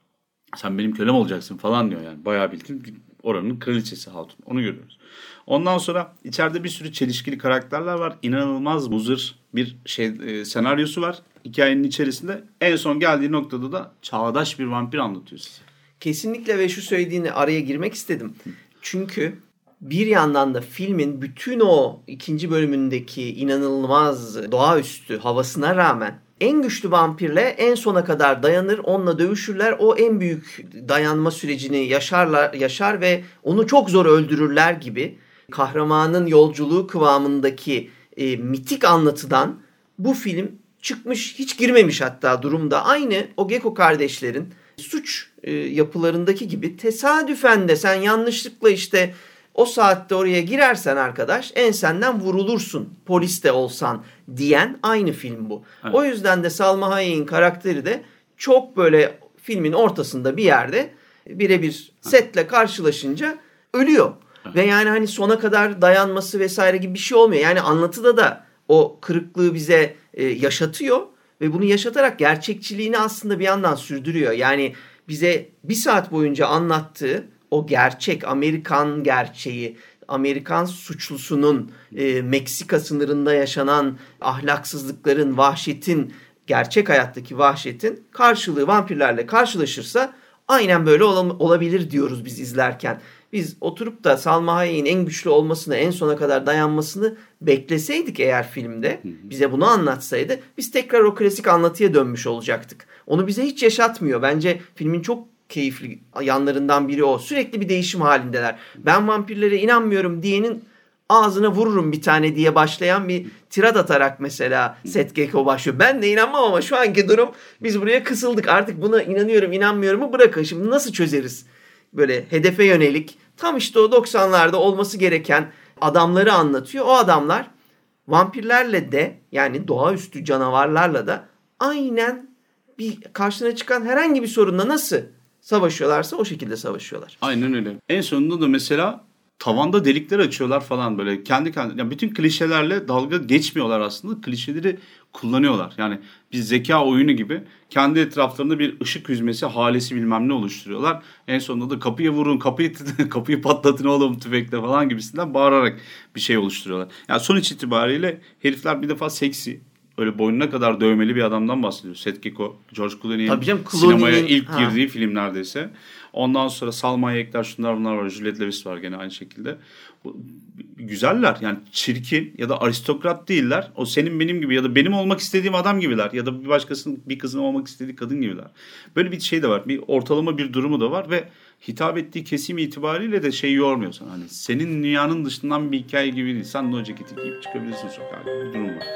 Sen benim kölem olacaksın falan diyor yani. Bayağı bildiğin oranın kraliçesi hatun. Onu görüyoruz. Ondan sonra içeride bir sürü çelişkili karakterler var. İnanılmaz muzır bir şey e, senaryosu var hikayenin içerisinde. En son geldiği noktada da çağdaş bir vampir anlatıyor size. Kesinlikle ve şu söylediğini araya girmek istedim. Çünkü bir yandan da filmin bütün o ikinci bölümündeki inanılmaz doğaüstü havasına rağmen en güçlü vampirle en sona kadar dayanır, onunla dövüşürler. O en büyük dayanma sürecini yaşarlar, yaşar ve onu çok zor öldürürler gibi kahramanın yolculuğu kıvamındaki e, mitik anlatıdan bu film çıkmış, hiç girmemiş hatta durumda. Aynı o Gecko kardeşlerin suç e, yapılarındaki gibi tesadüfen de sen yanlışlıkla işte o saatte oraya girersen arkadaş ensenden vurulursun polis de olsan diyen aynı film bu. Evet. O yüzden de Salma Hayek'in karakteri de çok böyle filmin ortasında bir yerde birebir setle karşılaşınca ölüyor. Evet. Ve yani hani sona kadar dayanması vesaire gibi bir şey olmuyor. Yani anlatıda da o kırıklığı bize e, yaşatıyor ve bunu yaşatarak gerçekçiliğini aslında bir yandan sürdürüyor. Yani bize bir saat boyunca anlattığı o gerçek, Amerikan gerçeği, Amerikan suçlusunun e, Meksika sınırında yaşanan ahlaksızlıkların, vahşetin, gerçek hayattaki vahşetin karşılığı vampirlerle karşılaşırsa aynen böyle ol- olabilir diyoruz biz izlerken. Biz oturup da Salma Hayek'in en güçlü olmasını, en sona kadar dayanmasını bekleseydik eğer filmde, bize bunu anlatsaydı, biz tekrar o klasik anlatıya dönmüş olacaktık. Onu bize hiç yaşatmıyor. Bence filmin çok keyifli yanlarından biri o. Sürekli bir değişim halindeler. Ben vampirlere inanmıyorum diyenin ağzına vururum bir tane diye başlayan bir tirad atarak mesela Seth Gecko başlıyor. Ben de inanmam ama şu anki durum biz buraya kısıldık. Artık buna inanıyorum inanmıyorumu bırakın. Şimdi nasıl çözeriz? Böyle hedefe yönelik tam işte o doksanlarda olması gereken adamları anlatıyor. O adamlar vampirlerle de yani doğaüstü canavarlarla da aynen bir karşına çıkan herhangi bir sorunla nasıl savaşıyorlarsa o şekilde savaşıyorlar. Aynen öyle. En sonunda da mesela tavanda delikler açıyorlar falan böyle kendi kendine. Yani bütün klişelerle dalga geçmiyorlar aslında. Klişeleri kullanıyorlar. Yani bir zeka oyunu gibi kendi etraflarında bir ışık hüzmesi, halesi bilmem ne oluşturuyorlar. En sonunda da kapıya vurun, kapıyı kapıyı patlatın oğlum tüfekle falan gibisinden bağırarak bir şey oluşturuyorlar. Yani sonuç itibariyle herifler bir defa seksi. Öyle boynuna kadar dövmeli bir adamdan bahsediyor. Seth Gecko, George Clooney'in sinemaya ilk ha. girdiği film neredeyse. Ondan sonra Salma Hayek'ler şunlar bunlar var. Juliette Lewis var gene aynı şekilde. Güzeller yani çirkin ya da aristokrat değiller. O senin benim gibi ya da benim olmak istediğim adam gibiler. Ya da bir başkasının bir kızın olmak istediği kadın gibiler. Böyle bir şey de var. Bir ortalama bir durumu da var ve hitap ettiği kesim itibariyle de şey yormuyor sana. Hani senin dünyanın dışından bir hikaye gibi değil. Sen de o ceketi giyip çıkabilirsin sokağa. Bir durum var.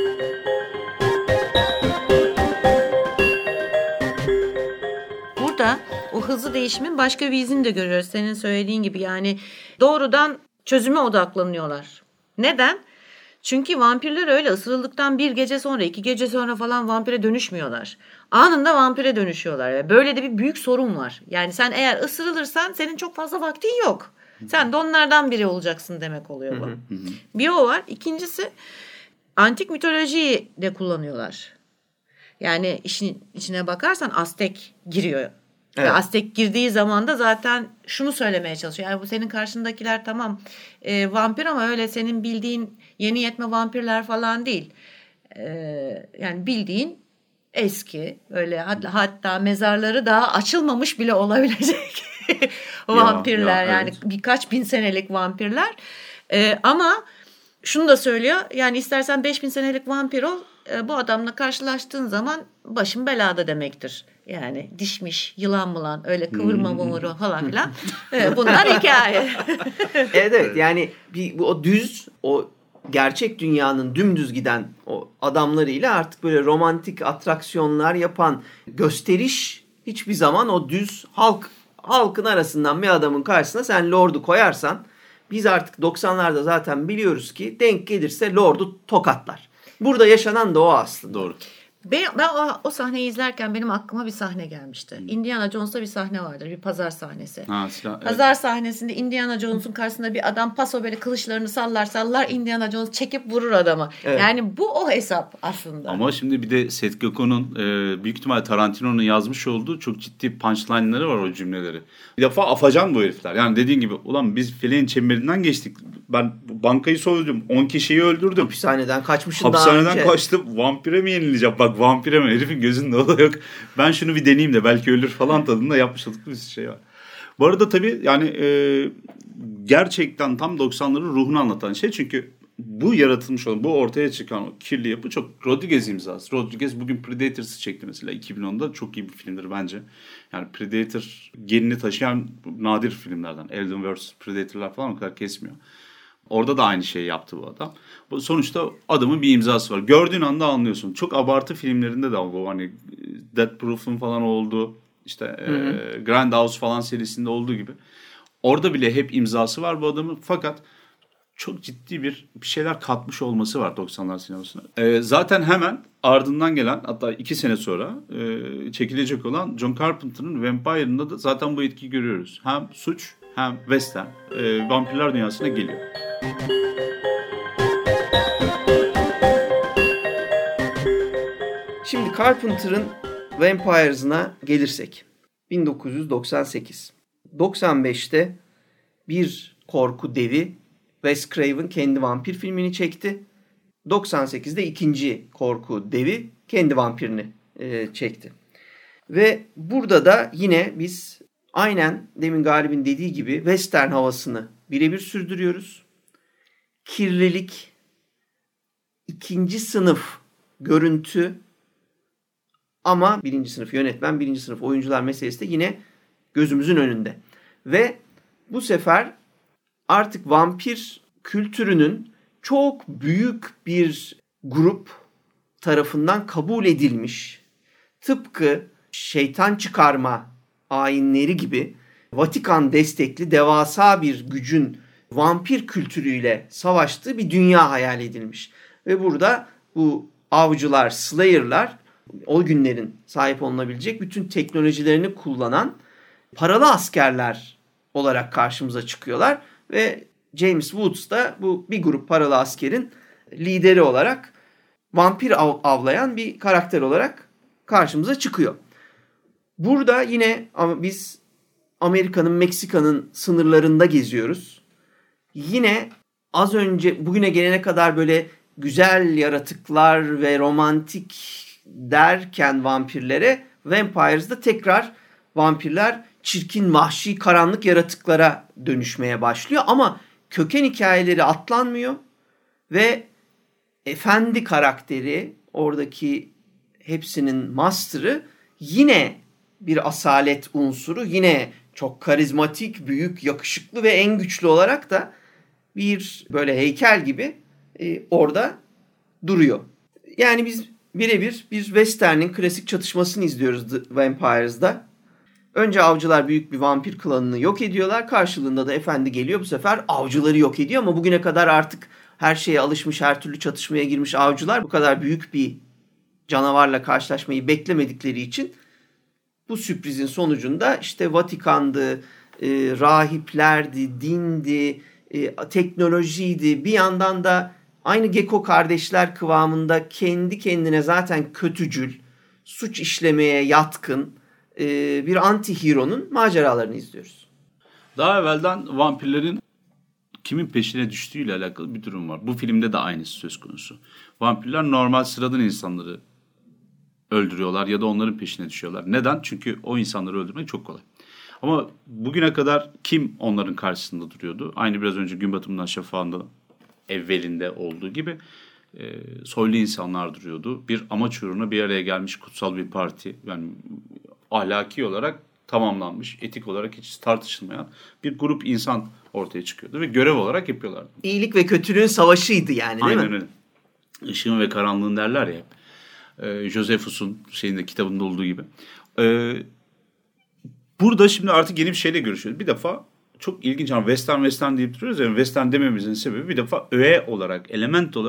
Burada o hızlı değişimin başka bir izini de görüyoruz. Senin söylediğin gibi yani doğrudan çözüme odaklanıyorlar. Neden? Çünkü vampirler öyle ısırıldıktan bir gece sonra, iki gece sonra falan vampire dönüşmüyorlar. Anında vampire dönüşüyorlar. Böyle de bir büyük sorun var. Yani sen eğer ısırılırsan senin çok fazla vaktin yok. Sen de onlardan biri olacaksın demek oluyor bu. Bir o var. İkincisi antik mitolojiyi de kullanıyorlar. Yani işin içine bakarsan Aztek giriyor. Evet. Ve Aztek girdiği zaman da zaten şunu söylemeye çalışıyor. Yani bu senin karşındakiler tamam e, vampir ama öyle senin bildiğin yeni yetme vampirler falan değil. E, yani bildiğin eski öyle hatta, hatta mezarları daha açılmamış bile olabilecek vampirler. Ya, ya, yani evet. Birkaç bin senelik vampirler. E, ama şunu da söylüyor. Yani istersen beş bin senelik vampir ol. Bu adamla karşılaştığın zaman başın belada demektir. Yani dişmiş, yılan mılan, öyle kıvırma mıvırı falan filan. Bunlar hikaye. Evet evet yani bir, o düz, o gerçek dünyanın dümdüz giden o adamlarıyla artık böyle romantik atraksiyonlar yapan gösteriş hiçbir zaman o düz halk halkın arasından bir adamın karşısına sen Lord'u koyarsan biz artık doksanlarda zaten biliyoruz ki denk gelirse Lord'u tokatlar. Burada yaşanan da o aslında. Doğru. Ben, ben o, o sahneyi izlerken benim aklıma bir sahne gelmişti. Hmm. Indiana Jones'ta bir sahne vardır. Bir pazar sahnesi. Ha, silah, pazar evet. sahnesinde Indiana Jones'un karşısında bir adam paso böyle kılıçlarını sallar sallar. Indiana Jones çekip vurur adamı. Evet. Yani bu o hesap aslında. Ama şimdi bir de Seth Gecko'nun e, büyük ihtimalle Tarantino'nun yazmış olduğu çok ciddi punchline'ları var o cümleleri. Bir defa afacan bu herifler. Yani dediğin gibi ulan biz filenin çemberinden geçtik. Ben bankayı soydum. on kişiyi öldürdüm. Hapishaneden kaçmışım Hapishaneden daha önce. kaçtım. Vampire mi yenileceğim? Bak vampire mi? Herifin gözünde o da yok. Ben şunu bir deneyeyim de belki ölür falan tadında yapmış olduk bir şey var. Bu arada tabii yani e, gerçekten tam doksanların ruhunu anlatan şey. Çünkü bu yaratılmış olan, bu ortaya çıkan o kirli yapı çok Rodriguez imzası. Rodriguez bugün Predators'ı çekti mesela iki bin onda. Çok iyi bir filmdir bence. Yani Predator genini taşıyan nadir filmlerden. Alien versus. Predator'lar falan o kadar kesmiyor. Orada da aynı şeyi yaptı bu adam. Bu sonuçta adamın bir imzası var. Gördüğün anda anlıyorsun. Çok abartı filmlerinde de bu hani Death Proof'un falan olduğu, işte e, Grindhouse falan serisinde olduğu gibi. Orada bile hep imzası var bu adamın. Fakat çok ciddi bir bir şeyler katmış olması var doksanlar sinemasına. E, zaten hemen ardından gelen, hatta iki sene sonra e, çekilecek olan John Carpenter'ın Vampire'ında da zaten bu etkiyi görüyoruz. Hem suç hem western e, vampirler dünyasına geliyor. Şimdi Carpenter'ın Vampires'ına gelirsek. bin dokuz yüz doksan sekiz. doksan beşte bir korku devi Wes Craven kendi vampir filmini çekti. doksan sekizde ikinci korku devi kendi vampirini e, çekti. Ve burada da yine biz aynen demin Galip'in dediği gibi western havasını birebir sürdürüyoruz. Kirlilik, ikinci sınıf görüntü ama birinci sınıf yönetmen, birinci sınıf oyuncular meselesi de yine gözümüzün önünde. Ve bu sefer artık vampir kültürünün çok büyük bir grup tarafından kabul edilmiş, tıpkı şeytan çıkarma ayinleri gibi Vatikan destekli devasa bir gücün vampir kültürüyle savaştığı bir dünya hayal edilmiş. Ve burada bu avcılar, slayer'lar o günlerin sahip olunabilecek bütün teknolojilerini kullanan paralı askerler olarak karşımıza çıkıyorlar. Ve James Woods da bu bir grup paralı askerin lideri olarak vampir av- avlayan bir karakter olarak karşımıza çıkıyor. Burada yine ama biz Amerika'nın, Meksika'nın sınırlarında geziyoruz. Yine az önce bugüne gelene kadar böyle güzel yaratıklar ve romantik derken vampirlere, Vampires'da tekrar vampirler çirkin, vahşi, karanlık yaratıklara dönüşmeye başlıyor. Ama köken hikayeleri atlanmıyor ve efendi karakteri, oradaki hepsinin master'ı yine bir asalet unsuru, yine çok karizmatik, büyük, yakışıklı ve en güçlü olarak da bir böyle heykel gibi e, orada duruyor. Yani biz birebir bir western'in klasik çatışmasını izliyoruz The Vampires'da. Önce avcılar büyük bir vampir klanını yok ediyorlar. Karşılığında da efendi geliyor, bu sefer avcıları yok ediyor. Ama bugüne kadar artık her şeye alışmış, her türlü çatışmaya girmiş avcılar bu kadar büyük bir canavarla karşılaşmayı beklemedikleri için bu sürprizin sonucunda işte Vatikan'dı, e, rahiplerdi, dindi, e, teknolojiydi. Bir yandan da aynı Gecko kardeşler kıvamında kendi kendine zaten kötücül, suç işlemeye yatkın e, bir anti-hero'nun maceralarını izliyoruz. Daha evvelden vampirlerin kimin peşine düştüğüyle alakalı bir durum var. Bu filmde de aynısı söz konusu. Vampirler normal sıradan insanları öldürüyorlar ya da onların peşine düşüyorlar. Neden? Çünkü o insanları öldürmek çok kolay. Ama bugüne kadar kim onların karşısında duruyordu? Aynı biraz önce Gün Batımından Şafağı'nda evvelinde olduğu gibi e, soylu insanlar duruyordu. Bir amaç uğruna bir araya gelmiş kutsal bir parti. Yani ahlaki olarak tamamlanmış, etik olarak hiç tartışılmayan bir grup insan ortaya çıkıyordu ve görev olarak yapıyorlardı. İyilik ve kötülüğün savaşıydı yani, değil Aynen mi? öyle. Işığın ve karanlığın derler ya. Ee, Josephus'un şeyinde, kitabında olduğu gibi. Ee, burada şimdi artık yeni bir şeyle görüşüyoruz. Bir defa çok ilginç ama western western deyip duruyoruz. Yani western dememizin sebebi bir defa öğe olarak, element olarak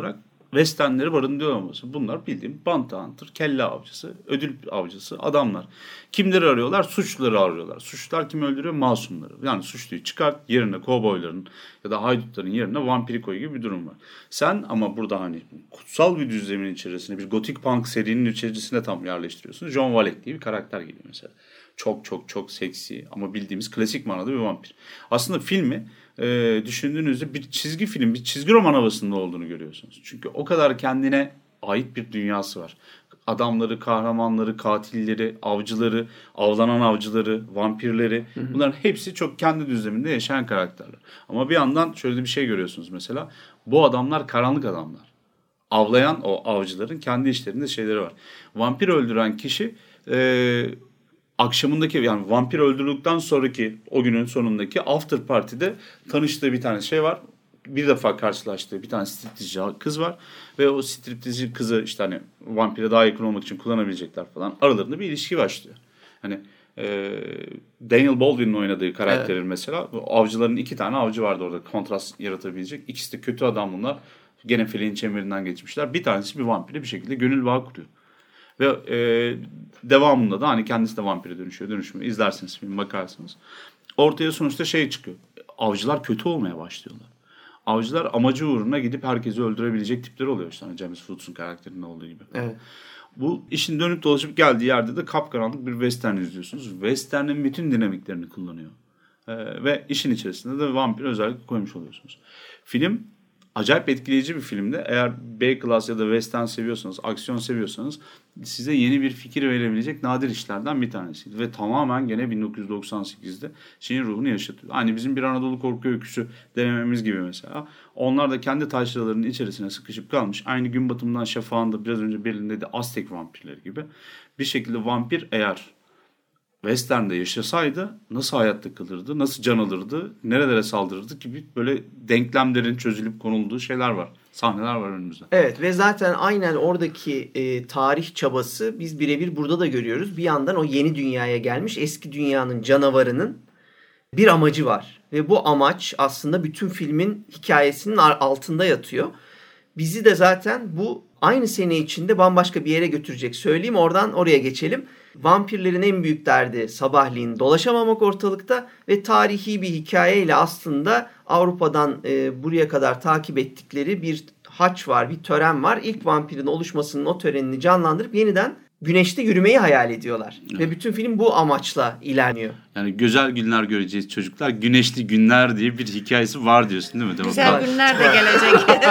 westernleri barındırıyor olması. Bunlar bildiğim bounty hunter, kelle avcısı, ödül avcısı adamlar. Kimleri arıyorlar? Suçluları arıyorlar. Suçlular kim öldürüyor? Masumları. Yani suçluyu çıkart, yerine kovboyların ya da haydutların yerine vampiri koy gibi bir durum var. Sen ama burada hani kutsal bir düzlemin içerisine, bir gotik punk serinin içerisine tam yerleştiriyorsun. John Wallach diye bir karakter geliyor mesela. Çok çok çok seksi ama bildiğimiz klasik manada bir vampir. Aslında filmi e, düşündüğünüzde bir çizgi film, bir çizgi roman havasında olduğunu görüyorsunuz. Çünkü o kadar kendine ait bir dünyası var. Adamları, kahramanları, katilleri, avcıları, avlanan avcıları, vampirleri, bunların hepsi çok kendi düzleminde yaşayan karakterler. Ama bir yandan şöyle bir şey görüyorsunuz mesela. Bu adamlar karanlık adamlar. Avlayan o avcıların kendi işlerinde şeyleri var. Vampir öldüren kişi e, akşamındaki, yani vampir öldürdükten sonraki o günün sonundaki after party'de tanıştığı bir tane şey var. Bir defa karşılaştığı bir tane striptizci kız var. Ve o striptizci kızı işte hani vampire daha yakın olmak için kullanabilecekler falan. Aralarında bir ilişki başlıyor. Hani e, Daniel Baldwin'in oynadığı karakterin evet. mesela avcıların iki tane avcı vardı orada kontrast yaratabilecek. İkisi de kötü adam bunlar. Gene feleğin çemberinden geçmişler. Bir tanesi bir vampire bir şekilde gönül bağı kuruyor. Ve e, devamında da hani kendisi de vampire dönüşüyor, dönüşmüyor. İzlersiniz film, bakarsınız. Ortaya sonuçta şey çıkıyor. Avcılar kötü olmaya başlıyorlar. Avcılar amacı uğruna gidip herkesi öldürebilecek tipler oluyor. İşte hani James Woods'un karakterinde olduğu gibi. Evet. Bu işin dönüp dolaşıp geldiği yerde de kapkaranlık bir western izliyorsunuz. Western'in bütün dinamiklerini kullanıyor. Ee, ve işin içerisinde de vampir özellikle koymuş oluyorsunuz. Film acayip etkileyici bir filmdi. Eğer B-Class ya da western seviyorsanız, aksiyon seviyorsanız size yeni bir fikir verebilecek nadir işlerden bir tanesiydi. Ve tamamen gene bin dokuz yüz doksan sekizde şeyin ruhunu yaşatıyor. Hani bizim bir Anadolu korku öyküsü denememiz gibi mesela. Onlar da kendi taşralarının içerisine sıkışıp kalmış. Aynı gün batımından şafağında biraz önce belirlediği Aztek vampirleri gibi. Bir şekilde vampir eğer Western'de yaşasaydı nasıl hayatta kalırdı, nasıl can alırdı, nerelere saldırırdı gibi böyle denklemlerin çözülüp konulduğu şeyler var. Sahneler var önümüzde. Evet ve zaten aynen oradaki e, tarih çabası biz birebir burada da görüyoruz. Bir yandan o yeni dünyaya gelmiş eski dünyanın canavarının bir amacı var. Ve bu amaç aslında bütün filmin hikayesinin altında yatıyor. Bizi de zaten bu aynı sene içinde bambaşka bir yere götürecek. Söyleyeyim oradan oraya geçelim. Vampirlerin en büyük derdi sabahleyin dolaşamamak ortalıkta ve tarihi bir hikayeyle aslında Avrupa'dan e, buraya kadar takip ettikleri bir haç var, bir tören var. İlk vampirin oluşmasının o törenini canlandırıp yeniden güneşte yürümeyi hayal ediyorlar. Evet. Ve bütün film bu amaçla ilerliyor. Yani güzel günler göreceğiz çocuklar. Güneşli günler diye bir hikayesi var diyorsun değil mi? Güzel Demokrat. Günler de gelecek.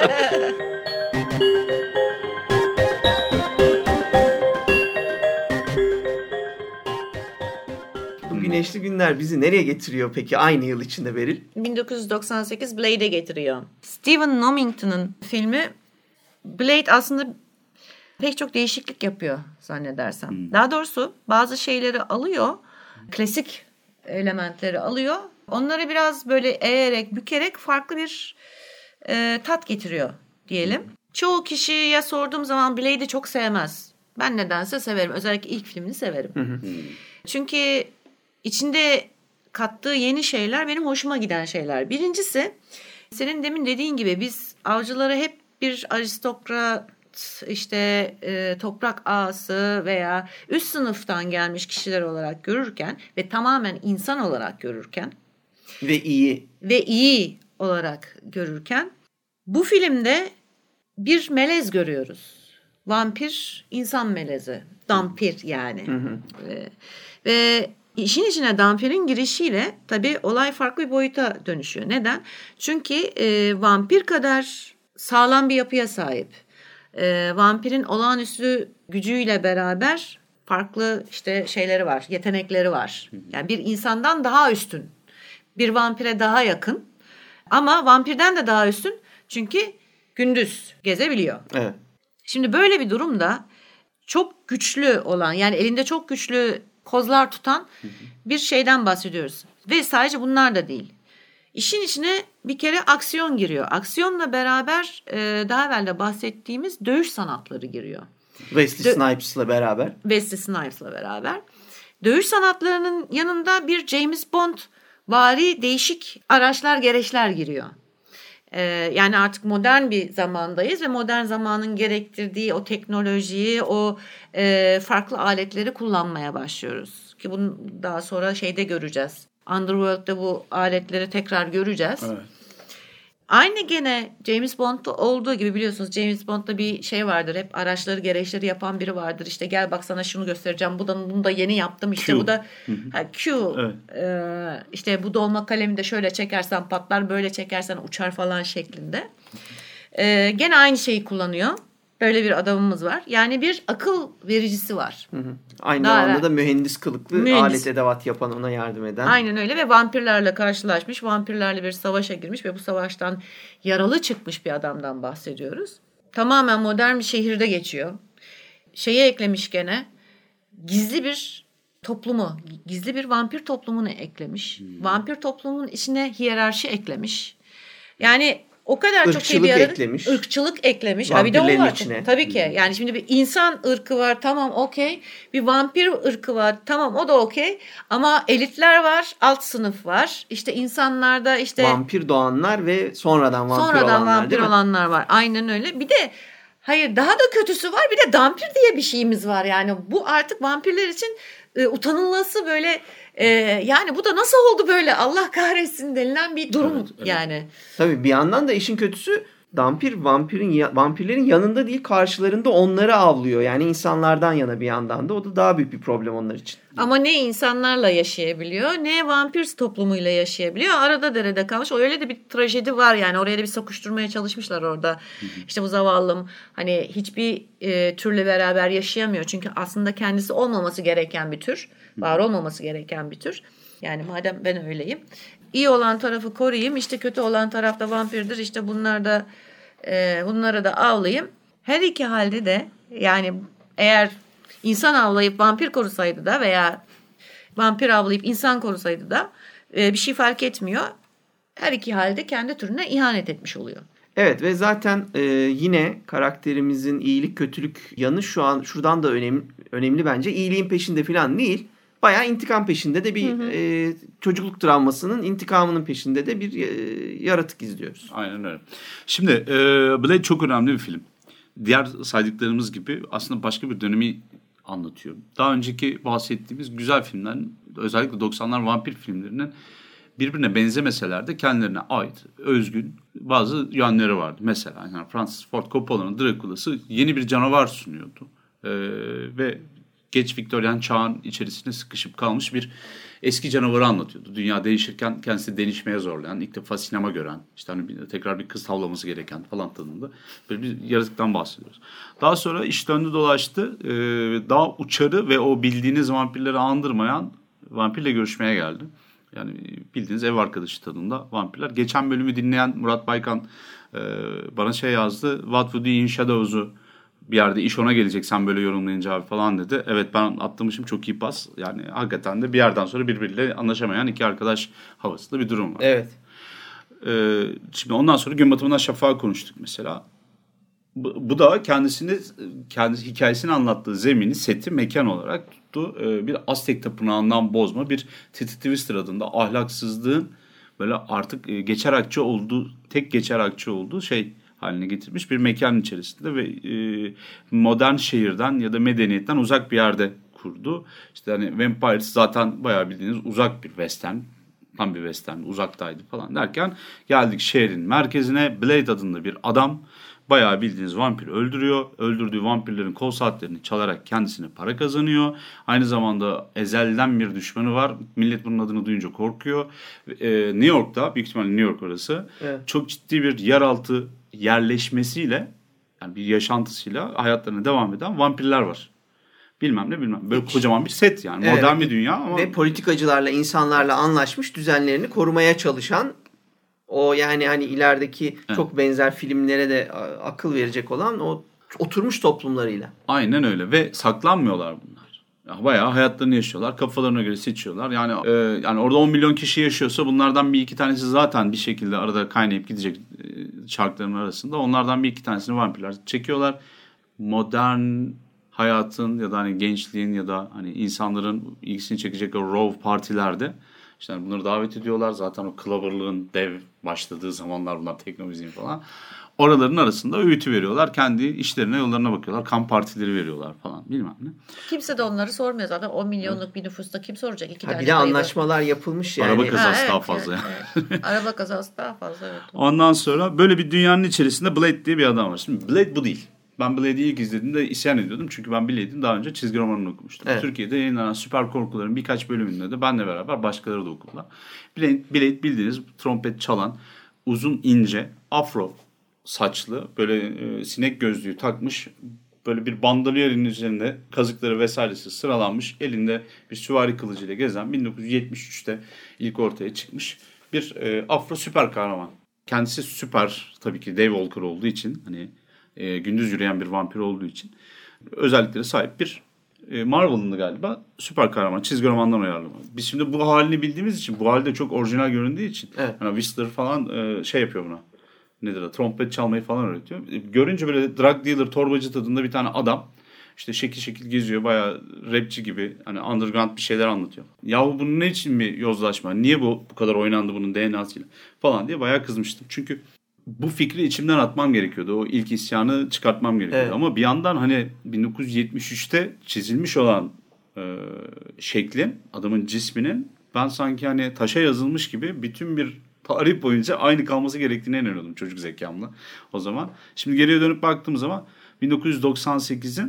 Güneşli günler bizi nereye getiriyor peki aynı yıl içinde Beril? bin dokuz yüz doksan sekiz Blade'e getiriyor. Stephen Normington'ın filmi. Blade aslında pek çok değişiklik yapıyor zannedersem. Hmm. Daha doğrusu bazı şeyleri alıyor. Klasik elementleri alıyor. Onları biraz böyle eğerek, bükerek farklı bir e, tat getiriyor diyelim. Hmm. Çoğu kişiye sorduğum zaman Blade'i çok sevmez. Ben nedense severim. Özellikle ilk filmini severim. Hmm. Çünkü İçinde kattığı yeni şeyler benim hoşuma giden şeyler. Birincisi senin demin dediğin gibi biz avcıları hep bir aristokrat, işte e, toprak ağası veya üst sınıftan gelmiş kişiler olarak görürken ve tamamen insan olarak görürken ve iyi ve iyi olarak görürken bu filmde bir melez görüyoruz. Vampir insan melezi. Dampir yani. Hı hı. Ve, ve İşin içine dampirin girişiyle tabii olay farklı bir boyuta dönüşüyor. Neden? Çünkü e, vampir kadar sağlam bir yapıya sahip. E, vampirin olağanüstü gücüyle beraber farklı işte şeyleri var, yetenekleri var. Yani bir insandan daha üstün, bir vampire daha yakın ama vampirden de daha üstün çünkü gündüz gezebiliyor. Evet. Şimdi böyle bir durumda çok güçlü olan, yani elinde çok güçlü kozlar tutan bir şeyden bahsediyoruz. Ve sadece bunlar da değil. İşin içine bir kere aksiyon giriyor. Aksiyonla beraber e, daha evvel de bahsettiğimiz dövüş sanatları giriyor. Wesley Dö- Snipes'la beraber. Wesley Snipes'la beraber. Dövüş sanatlarının yanında bir James Bond vari değişik araçlar, gereçler giriyor. Ee, yani artık modern bir zamandayız ve modern zamanın gerektirdiği o teknolojiyi, o e, farklı aletleri kullanmaya başlıyoruz. Ki bunu daha sonra şeyde göreceğiz. Underworld'de bu aletleri tekrar göreceğiz. Evet. Aynı gene James Bond'da olduğu gibi, biliyorsunuz James Bond'da bir şey vardır. Hep araçları, gereçleri yapan biri vardır. İşte gel bak sana şunu göstereceğim. Bu da, bunu da yeni yaptım. İşte Q. Bu da ha, Q. Evet. Ee, işte bu dolma kalemi de şöyle çekersen patlar, böyle çekersen uçar falan şeklinde. Ee, gene aynı şeyi kullanıyor. Böyle bir adamımız var. Yani bir akıl vericisi var. Hı hı. Aynı Daha zamanda da mühendis kılıklı mühendis. alet edevat yapan, ona yardım eden. Aynen öyle ve vampirlerle karşılaşmış. Vampirlerle bir savaşa girmiş ve bu savaştan yaralı çıkmış bir adamdan bahsediyoruz. Tamamen modern bir şehirde geçiyor. Şeye eklemiş gene, gizli bir toplumu, gizli bir vampir toplumunu eklemiş. Hmm. Vampir toplumunun içine hiyerarşi eklemiş. Yani o kadar Irkçılık çok şey bir arada. eklemiş. Irkçılık eklemiş. Ha, bir de o var. içine. Tabii ki. Yani şimdi bir insan ırkı var, tamam okey. Bir vampir ırkı var, tamam o da okey. Ama elitler var, alt sınıf var. İşte insanlarda işte vampir doğanlar ve sonradan vampir sonradan olanlar, vampir olanlar var. Aynen öyle. Bir de hayır, daha da kötüsü var. Bir de dampir diye bir şeyimiz var. Yani bu artık vampirler için e, utanılması böyle. Ee, yani bu da nasıl oldu böyle, Allah kahretsin denilen bir durum. Evet, evet. Yani. Tabii bir yandan da işin kötüsü, dampir vampirin vampirlerin yanında değil, karşılarında onları avlıyor. Yani insanlardan yana bir yandan da, o da daha büyük bir problem onlar için. Ama ne insanlarla yaşayabiliyor, ne vampir toplumuyla yaşayabiliyor. Arada derede kalmış. Öyle de bir trajedi var yani. Oraya da bir sokuşturmaya çalışmışlar orada. Hı hı. İşte bu zavallım hani hiçbir e, türle beraber yaşayamıyor. Çünkü aslında kendisi olmaması gereken bir tür. Var olmaması gereken bir tür. Yani madem ben öyleyim, İyi olan tarafı koruyayım, işte kötü olan taraf da vampirdir, işte bunlar da e, bunlara da avlayayım. Her iki halde de yani eğer insan avlayıp vampir korusaydı da veya vampir avlayıp insan korusaydı da e, bir şey fark etmiyor. Her iki halde kendi türüne ihanet etmiş oluyor. Evet ve zaten e, yine karakterimizin iyilik kötülük yanı şu an şuradan da önemli, önemli bence. İyiliğin peşinde falan değil. Bayağı intikam peşinde de bir hı hı. E, çocukluk travmasının intikamının peşinde de bir e, yaratık izliyoruz. Aynen öyle. Şimdi e, Blade çok önemli bir film. Diğer saydıklarımız gibi aslında başka bir dönemi anlatıyor. Daha önceki bahsettiğimiz güzel filmler, özellikle doksanlar vampir filmlerinin birbirine benzemeseler de kendilerine ait özgün bazı yönleri vardı. Mesela yani Francis Ford Coppola'nın Dracula'sı yeni bir canavar sunuyordu. Ee, ve geç Viktoryan çağın içerisine sıkışıp kalmış bir eski canavarı anlatıyordu. Dünya değişirken kendisi değişmeye zorlayan, ilk defa sinema gören, işte hani bir, tekrar bir kız tavlaması gereken falan tadında böyle bir yaratıktan bahsediyoruz. Daha sonra iş döndü dolaştı. Ee, daha uçarı ve o bildiğiniz vampirleri andırmayan vampirle görüşmeye geldi. Yani bildiğiniz ev arkadaşı tadında vampirler. Geçen bölümü dinleyen Murat Baykan e, bana şey yazdı. What would you in Shadows'u bir yerde iş ona gelecek sen böyle yorumlayınca abi falan dedi. Evet, ben atlamışım, çok iyi pas. Yani hakikaten de bir yerden sonra birbiriyle anlaşamayan iki arkadaş havasında bir durum var. Evet. Ee, şimdi ondan sonra Gün Batımı'ndan Şafak'a konuştuk mesela. Bu, bu da kendisini, kendi hikayesini anlattığı zemini, seti, mekan olarak tuttu. Ee, bir Aztek tapınağından bozma bir Titi Twister adında ahlaksızlığın böyle artık geçer akçe olduğu, tek geçer akçe olduğu şey haline getirmiş bir mekan içerisinde ve e, modern şehirden ya da medeniyetten uzak bir yerde kurdu. İşte hani Vampires zaten bayağı bildiğiniz uzak bir western, tam bir western, uzaktaydı falan derken geldik şehrin merkezine. Blade adında bir adam bayağı bildiğiniz vampir öldürüyor. Öldürdüğü vampirlerin kol saatlerini çalarak kendisine para kazanıyor. Aynı zamanda ezelden bir düşmanı var. Millet bunun adını duyunca korkuyor. Ee, New York'ta, büyük ihtimalle New York orası, evet, çok ciddi bir yeraltı yerleşmesiyle, yani bir yaşantısıyla hayatlarına devam eden vampirler var. Bilmem ne bilmem. Böyle kocaman bir set yani. Evet. Modern bir dünya ama. Ve politikacılarla, insanlarla anlaşmış, düzenlerini korumaya çalışan, o yani hani ilerideki evet, çok benzer filmlere de akıl verecek olan o oturmuş toplumlarıyla. Aynen öyle ve saklanmıyorlar bunlar. Ya bayağı hayatlarını yaşıyorlar. Kafalarına göre seçiyorlar. Yani e, yani orada on milyon kişi yaşıyorsa bunlardan bir iki tanesi zaten bir şekilde arada kaynayıp gidecek e, çarkların arasında. Onlardan bir iki tanesini vampirler çekiyorlar. Modern hayatın ya da hani gençliğin ya da hani insanların ilgisini çekecek o rave partilerde İşte yani bunları davet ediyorlar. Zaten o clubberlığın dev başladığı zamanlar bunlar, teknomüziğin falan. Oraların arasında öğütü veriyorlar. Kendi işlerine, yollarına bakıyorlar. Kamp partileri veriyorlar falan, bilmem ne. Kimse de onları sormuyor zaten. on milyonluk bir nüfusta kim soracak? İki ha, tane bir de anlaşmalar yapılmış yani. Araba kazası ha, evet, daha fazla. Evet, evet. Araba kazası daha fazla, evet. Ondan sonra böyle bir dünyanın içerisinde Blade diye bir adam var. Şimdi Blade bu değil. Ben Blade'i ilk izlediğimde isyan ediyordum. Çünkü ben Blade'in daha önce çizgi romanını okumuştum. Evet. Türkiye'de yayınlanan Süper Korkuların birkaç bölümünde de benle beraber başkaları da okudular. Blade, Blade bildiğiniz trompet çalan, uzun ince, afro saçlı, böyle e, sinek gözlüğü takmış, böyle bir bandolyerin üzerinde kazıkları vesairesi sıralanmış, elinde bir süvari kılıcıyla gezen, bin dokuz yüz yetmiş üçte ilk ortaya çıkmış bir e, afro süper kahraman. Kendisi süper, tabii ki Dave Walker olduğu için, hani e, gündüz yürüyen bir vampir olduğu için özelliklere sahip bir e, Marvel'ın da galiba süper kahraman, çizgi romandan uyarlama. Biz şimdi bu halini bildiğimiz için, bu halde çok orijinal göründüğü için, evet. Yani Whistler falan e, şey yapıyor buna. Nedir o? Trompet çalmayı falan öğretiyor. Görünce böyle drug dealer, torbacı tadında bir tane adam işte şekil şekil geziyor, bayağı rapçi gibi, hani underground bir şeyler anlatıyor. Yahu bunun ne için bir yozlaşma? Niye bu bu kadar oynandı bunun D N A'sıyla falan diye bayağı kızmıştım. Çünkü bu fikri içimden atmam gerekiyordu. O ilk isyanı çıkartmam gerekiyordu. Evet. Ama bir yandan hani bin dokuz yüz yetmiş üçte çizilmiş olan e, şeklin, adamın cisminin, ben sanki hani taşa yazılmış gibi bütün bir tarih boyunca aynı kalması gerektiğine inanıyordum çocuk zekamla o zaman. Şimdi geriye dönüp baktığım zaman bin dokuz yüz doksan sekizin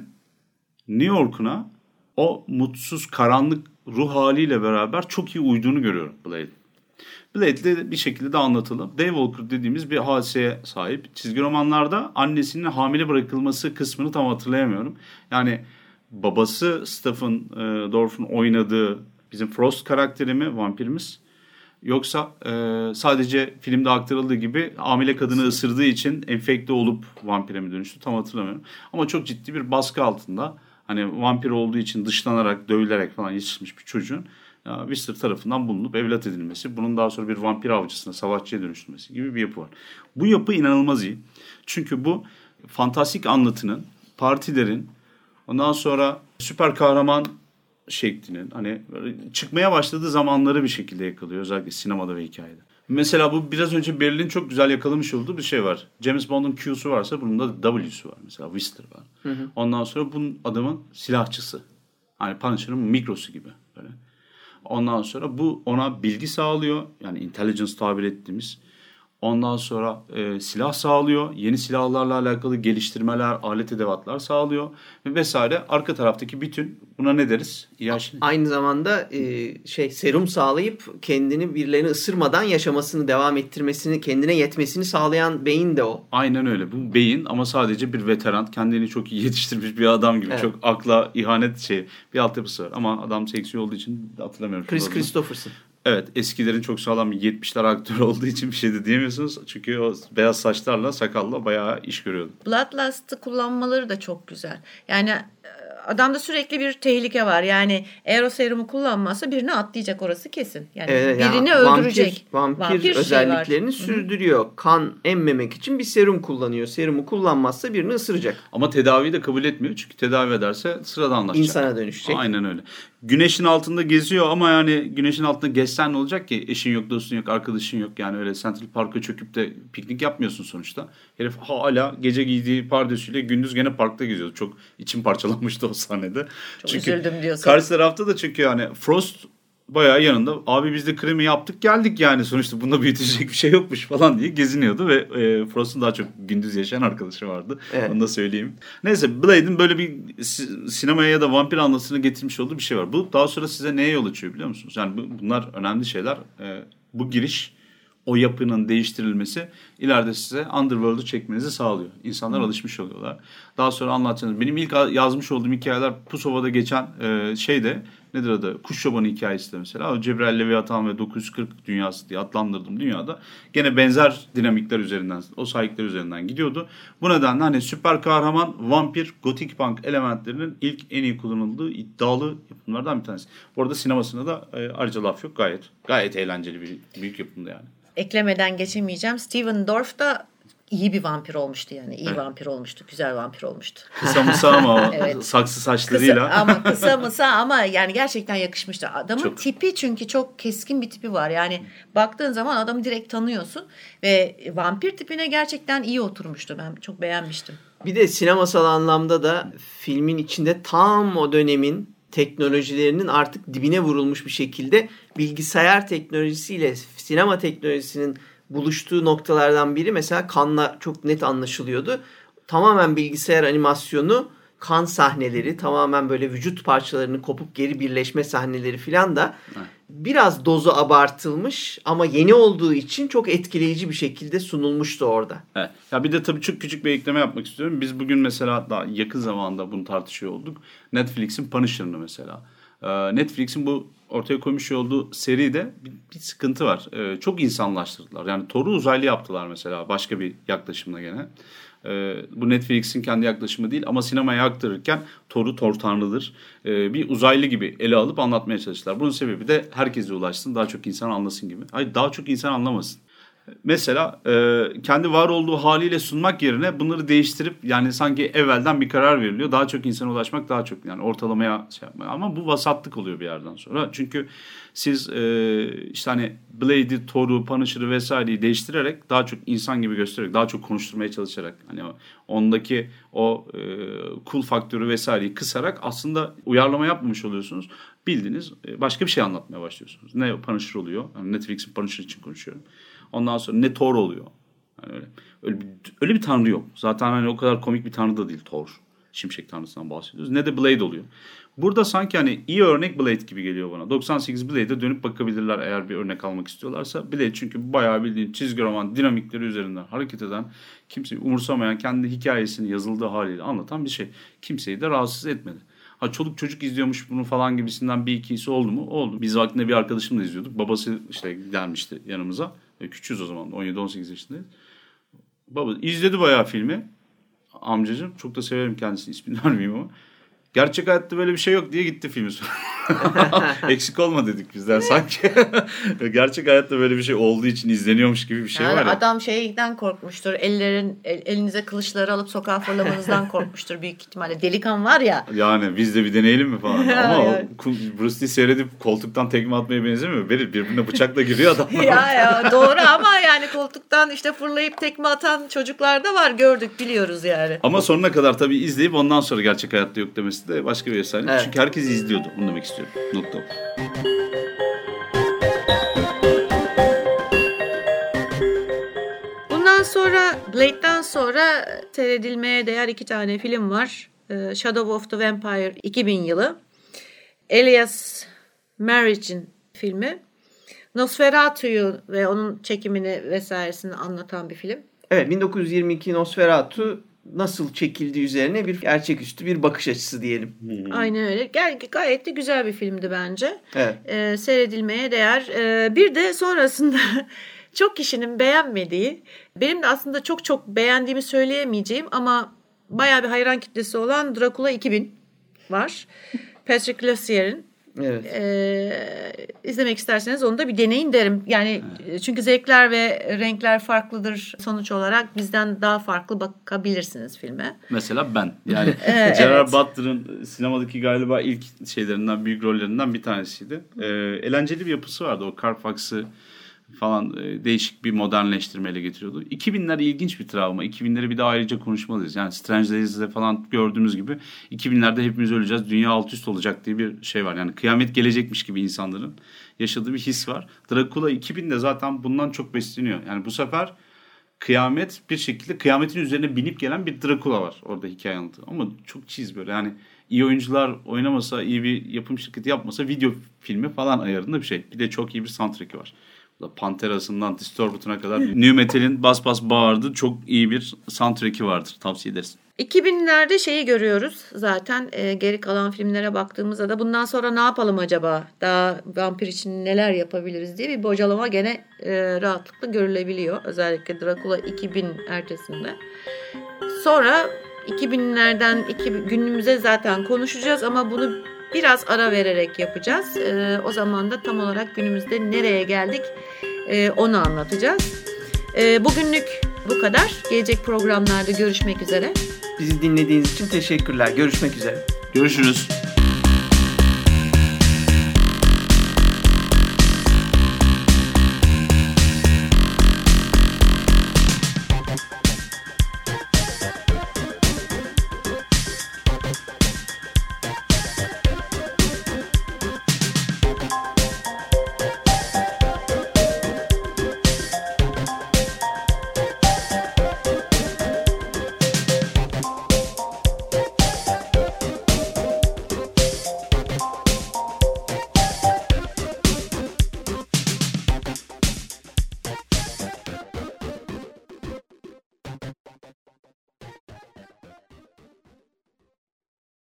New York'una o mutsuz, karanlık ruh haliyle beraber çok iyi uyduğunu görüyorum Blade. Blade'de bir şekilde de anlatalım. Dave Walker dediğimiz bir hadiseye sahip. Çizgi romanlarda annesinin hamile bırakılması kısmını tam hatırlayamıyorum. Yani babası Stephen e, Dorff'un oynadığı bizim Frost karakteri mi, vampirimiz? Yoksa e, sadece filmde aktarıldığı gibi hamile kadını ısırdığı için enfekte olup vampire mi dönüştü, tam hatırlamıyorum. Ama çok ciddi bir baskı altında, hani vampir olduğu için dışlanarak, dövülerek falan yetişmiş bir çocuğun ya, Whistler tarafından bulunup evlat edilmesi, bunun daha sonra bir vampir avcısına, savaşçıya dönüştürmesi gibi bir yapı var. Bu yapı inanılmaz iyi. Çünkü bu fantastik anlatının, partilerin, ondan sonra süper kahraman şeklinin hani çıkmaya başladığı zamanları bir şekilde yakalıyor, özellikle sinemada ve hikayede. Mesela bu biraz önce Berlin'in çok güzel yakalamış olduğu bir şey var. James Bond'un Q'su varsa bunun da W'su var. Mesela Whistler var. Hı hı. Ondan sonra bunun adamın silahçısı. Hani Punisher'ın mikrosu gibi böyle. Ondan sonra bu ona bilgi sağlıyor. Yani intelligence tabir ettiğimiz. Ondan sonra e, silah sağlıyor. Yeni silahlarla alakalı geliştirmeler, alet edevatlar sağlıyor. Ve vesaire. Arka taraftaki bütün, buna ne deriz? İyaşin. Aynı zamanda e, şey serum sağlayıp kendini birilerini ısırmadan yaşamasını, devam ettirmesini, kendine yetmesini sağlayan beyin de o. Aynen öyle. Bu beyin ama sadece bir veteran. Kendini çok iyi yetiştirmiş bir adam gibi. Evet. Çok akla ihanet şey bir altyapısı var. Ama adam seksi olduğu için hatırlamıyorum. Chris Christopherson. Evet, eskilerin çok sağlam bir yetmişler aktörü olduğu için bir şey de diyemiyorsunuz. Çünkü o beyaz saçlarla, sakalla bayağı iş görüyordu. Bloodlust'ı kullanmaları da çok güzel. Yani adamda sürekli bir tehlike var. Yani eğer o serumu kullanmazsa birini atlayacak, orası kesin. Yani evet, birini yani öldürecek. Vampir, vampir, vampir özelliklerini şey sürdürüyor. Hı-hı. Kan emmemek için bir serum kullanıyor. Serumu kullanmazsa birini ısıracak. Ama tedaviyi de kabul etmiyor. Çünkü tedavi ederse sıradanlaşacak. İnsana dönüşecek. Aynen öyle. Güneşin altında geziyor ama yani güneşin altında gezsen ne olacak ki? Eşin yok, dostun yok, arkadaşın yok. Yani öyle Central Park'a çöküp de piknik yapmıyorsun sonuçta. Herif hala gece giydiği pardösüyle gündüz gene parkta geziyordu. Çok içim parçalanmıştı o sahnede. Çok çünkü üzüldüm diyorsun. Karşı tarafta da çünkü yani Frost bayağı yanında, abi biz de kremi yaptık geldik yani sonuçta bunda büyütecek bir şey yokmuş falan diye geziniyordu ve e, Frost'un daha çok gündüz yaşayan arkadaşı vardı. Evet. Onu da söyleyeyim. Neyse, Blade'in böyle bir sinemaya ya da vampir anlatısını getirmiş olduğu bir şey var. Bu daha sonra size neye yol açıyor biliyor musunuz? Yani bu, bunlar önemli şeyler. E, bu giriş, o yapının değiştirilmesi ileride size Underworld'u çekmenizi sağlıyor. İnsanlar hmm. alışmış oluyorlar. Daha sonra anlatacağınız, benim ilk yazmış olduğum hikayeler Pusova'da geçen e, şeyde, nedir adı? Kuş Çobanı hikayesi de mesela. O Cebrail, Leviathan ve dokuz yüz kırk dünyası diye adlandırdığım dünyada gene benzer dinamikler üzerinden, o sahipler üzerinden gidiyordu. Bu nedenle hani süper kahraman, vampir, gotik punk elementlerinin ilk en iyi kullanıldığı iddialı yapımlardan bir tanesi. Bu arada sinemasında da e, ayrıca laf yok. Gayet gayet eğlenceli bir büyük yapımdı yani. Eklemeden geçemeyeceğim. Stephen Dorff da iyi bir vampir olmuştu yani. İyi evet. vampir olmuştu. Güzel vampir olmuştu. Kısa mısa ama evet. saksı saçlarıyla. Kısa, ama kısa mısa ama yani gerçekten yakışmıştı. Adamın çok. tipi çünkü çok keskin bir tipi var. Yani baktığın zaman adamı direkt tanıyorsun. Ve vampir tipine gerçekten iyi oturmuştu. Ben çok beğenmiştim. Bir de sinemasal anlamda da filmin içinde tam o dönemin teknolojilerinin artık dibine vurulmuş bir şekilde bilgisayar teknolojisiyle sinema teknolojisinin buluştuğu noktalardan biri mesela kanla çok net anlaşılıyordu. Tamamen bilgisayar animasyonu, kan sahneleri, tamamen böyle vücut parçalarının kopup geri birleşme sahneleri filan da biraz dozu abartılmış ama yeni olduğu için çok etkileyici bir şekilde sunulmuştu orada. Evet. Ya bir de tabii çok küçük bir ekleme yapmak istiyorum. Biz bugün mesela daha yakın zamanda bunu tartışıyor olduk. Netflix'in Punisher'ını mesela. Netflix'in bu ortaya koymuş olduğu seride bir, bir sıkıntı var. Ee, çok insanlaştırdılar. Yani Thor'u uzaylı yaptılar mesela başka bir yaklaşımla gene. Ee, bu Netflix'in kendi yaklaşımı değil ama sinemaya aktarırken Thor'u Thor tanrıdır. Ee, bir uzaylı gibi ele alıp anlatmaya çalıştılar. Bunun sebebi de herkese ulaşsın, daha çok insan anlasın gibi. Hayır, daha çok insan anlamasın. Mesela e, kendi var olduğu haliyle sunmak yerine bunları değiştirip yani sanki evvelden bir karar veriliyor. Daha çok insana ulaşmak daha çok yani ortalamaya şey yapmak. Ama bu vasatlık oluyor bir yerden sonra. Çünkü siz e, işte hani Blade'i, Thor'u, Punisher'ı vesaireyi değiştirerek daha çok insan gibi göstererek daha çok konuşturmaya çalışarak hani ondaki o e, cool faktörü vesaireyi kısarak aslında uyarlama yapmamış oluyorsunuz. Bildiğiniz başka bir şey anlatmaya başlıyorsunuz. Ne Punisher oluyor? Yani Netflix'in Punisher için konuşuyorum. Ondan sonra ne Thor oluyor. Yani öyle, öyle, bir, öyle bir tanrı yok. Zaten hani o kadar komik bir tanrı da değil Thor. Şimşek tanrısından bahsediyoruz. Ne de Blade oluyor. Burada sanki hani iyi örnek Blade gibi geliyor bana. doksan sekiz Blade'e dönüp bakabilirler eğer bir örnek almak istiyorlarsa. Blade çünkü bayağı bildiğin çizgi roman dinamikleri üzerinden hareket eden, kimseyi umursamayan, kendi hikayesini yazıldığı haliyle anlatan bir şey. Kimseyi de rahatsız etmedi. Ha çoluk çocuk izliyormuş bunu falan gibisinden bir ikisi oldu mu? Oldu. Biz vaktinde bir arkadaşımla izliyorduk. Babası işte gelmişti yanımıza. Küçüğüz o zaman. on yedi on sekiz yaşındayız. Baba izledi bayağı filmi. Amcacığım. Çok da severim kendisini. İsmini vermeyeyim ama. Gerçek hayatta böyle bir şey yok diye gitti filmi sonra. Eksik olma dedik bizler sanki. Gerçek hayatta böyle bir şey olduğu için izleniyormuş gibi bir şey yani var ya. Adam şeyden korkmuştur. Ellerin el, elinize kılıçları alıp sokağa fırlamanızdan korkmuştur büyük ihtimalle. Delikan var ya. Yani biz de bir deneyelim mi falan. Ama yani. Bruce Lee seyredip koltuktan tekme atmaya benzemiyor. Verir birbirine bıçakla giriyor adamlar. ya ya doğru ama yani koltuktan işte fırlayıp tekme atan çocuklar da var. Gördük biliyoruz yani. Ama sonuna kadar tabii izleyip ondan sonra gerçek hayatta yok demesi de başka bir efsane. Evet. Çünkü herkes izliyordu. Bunu demek istiyorum. Nokta. Bundan sonra Blade'den sonra seyredilmeye değer iki tane film var. Shadow of the Vampire iki bin yılı. Elias Marriage'in filmi. Nosferatu'yu ve onun çekimini vesairesini anlatan bir film. Evet, bin dokuz yüz yirmi iki Nosferatu nasıl çekildiği üzerine bir gerçeküstü bir bakış açısı diyelim. Hmm. Aynen öyle. Gay- gayet de güzel bir filmdi bence. Evet. Ee, seyredilmeye değer. Ee, bir de sonrasında çok kişinin beğenmediği, benim de aslında çok çok beğendiğimi söyleyemeyeceğim ama bayağı bir hayran kitlesi olan Dracula iki bin var. Patrick Lussier'in. Evet. Ee, izlemek isterseniz onu da bir deneyin derim. Yani evet. Çünkü zevkler ve renkler farklıdır. Sonuç olarak bizden daha farklı bakabilirsiniz filme. Mesela ben. Yani evet. Gerard Butler'ın sinemadaki galiba ilk şeylerinden, büyük rollerinden bir tanesiydi. Ee, eğlenceli bir yapısı vardı. O Carfax'ı falan e, değişik bir modernleştirmeyle getiriyordu. iki binler ilginç bir travma. iki binleri bir de ayrıca konuşmalıyız. Yani Strange Days'de falan gördüğümüz gibi iki binlerde hepimiz öleceğiz. Dünya alt üst olacak diye bir şey var. Yani kıyamet gelecekmiş gibi insanların yaşadığı bir his var. Dracula iki binde zaten bundan çok besleniyor. Yani bu sefer kıyamet bir şekilde kıyametin üzerine binip gelen bir Dracula var orada hikaye anlatı. Ama çok cheese böyle. Yani iyi oyuncular oynamasa, iyi bir yapım şirketi yapmasa video filmi falan ayarında bir şey. Bir de çok iyi bir soundtrack'i var. Pantera'sından Distorted'una kadar New Metal'in bas bas bağırdığı çok iyi bir soundtrack'i vardır. Tavsiye ederiz. iki binlerde şeyi görüyoruz zaten e, geri kalan filmlere baktığımızda da bundan sonra ne yapalım acaba? Daha vampir için neler yapabiliriz diye bir bocalama gene e, rahatlıkla görülebiliyor. Özellikle Dracula iki bin ertesinde. Sonra iki binlerden iki, günümüze zaten konuşacağız ama bunu biraz ara vererek yapacağız. Ee, o zaman da tam olarak günümüzde nereye geldik ee, onu anlatacağız. Ee, bugünlük bu kadar. Gelecek programlarda görüşmek üzere. Bizi dinlediğiniz için teşekkürler. Görüşmek üzere. Görüşürüz.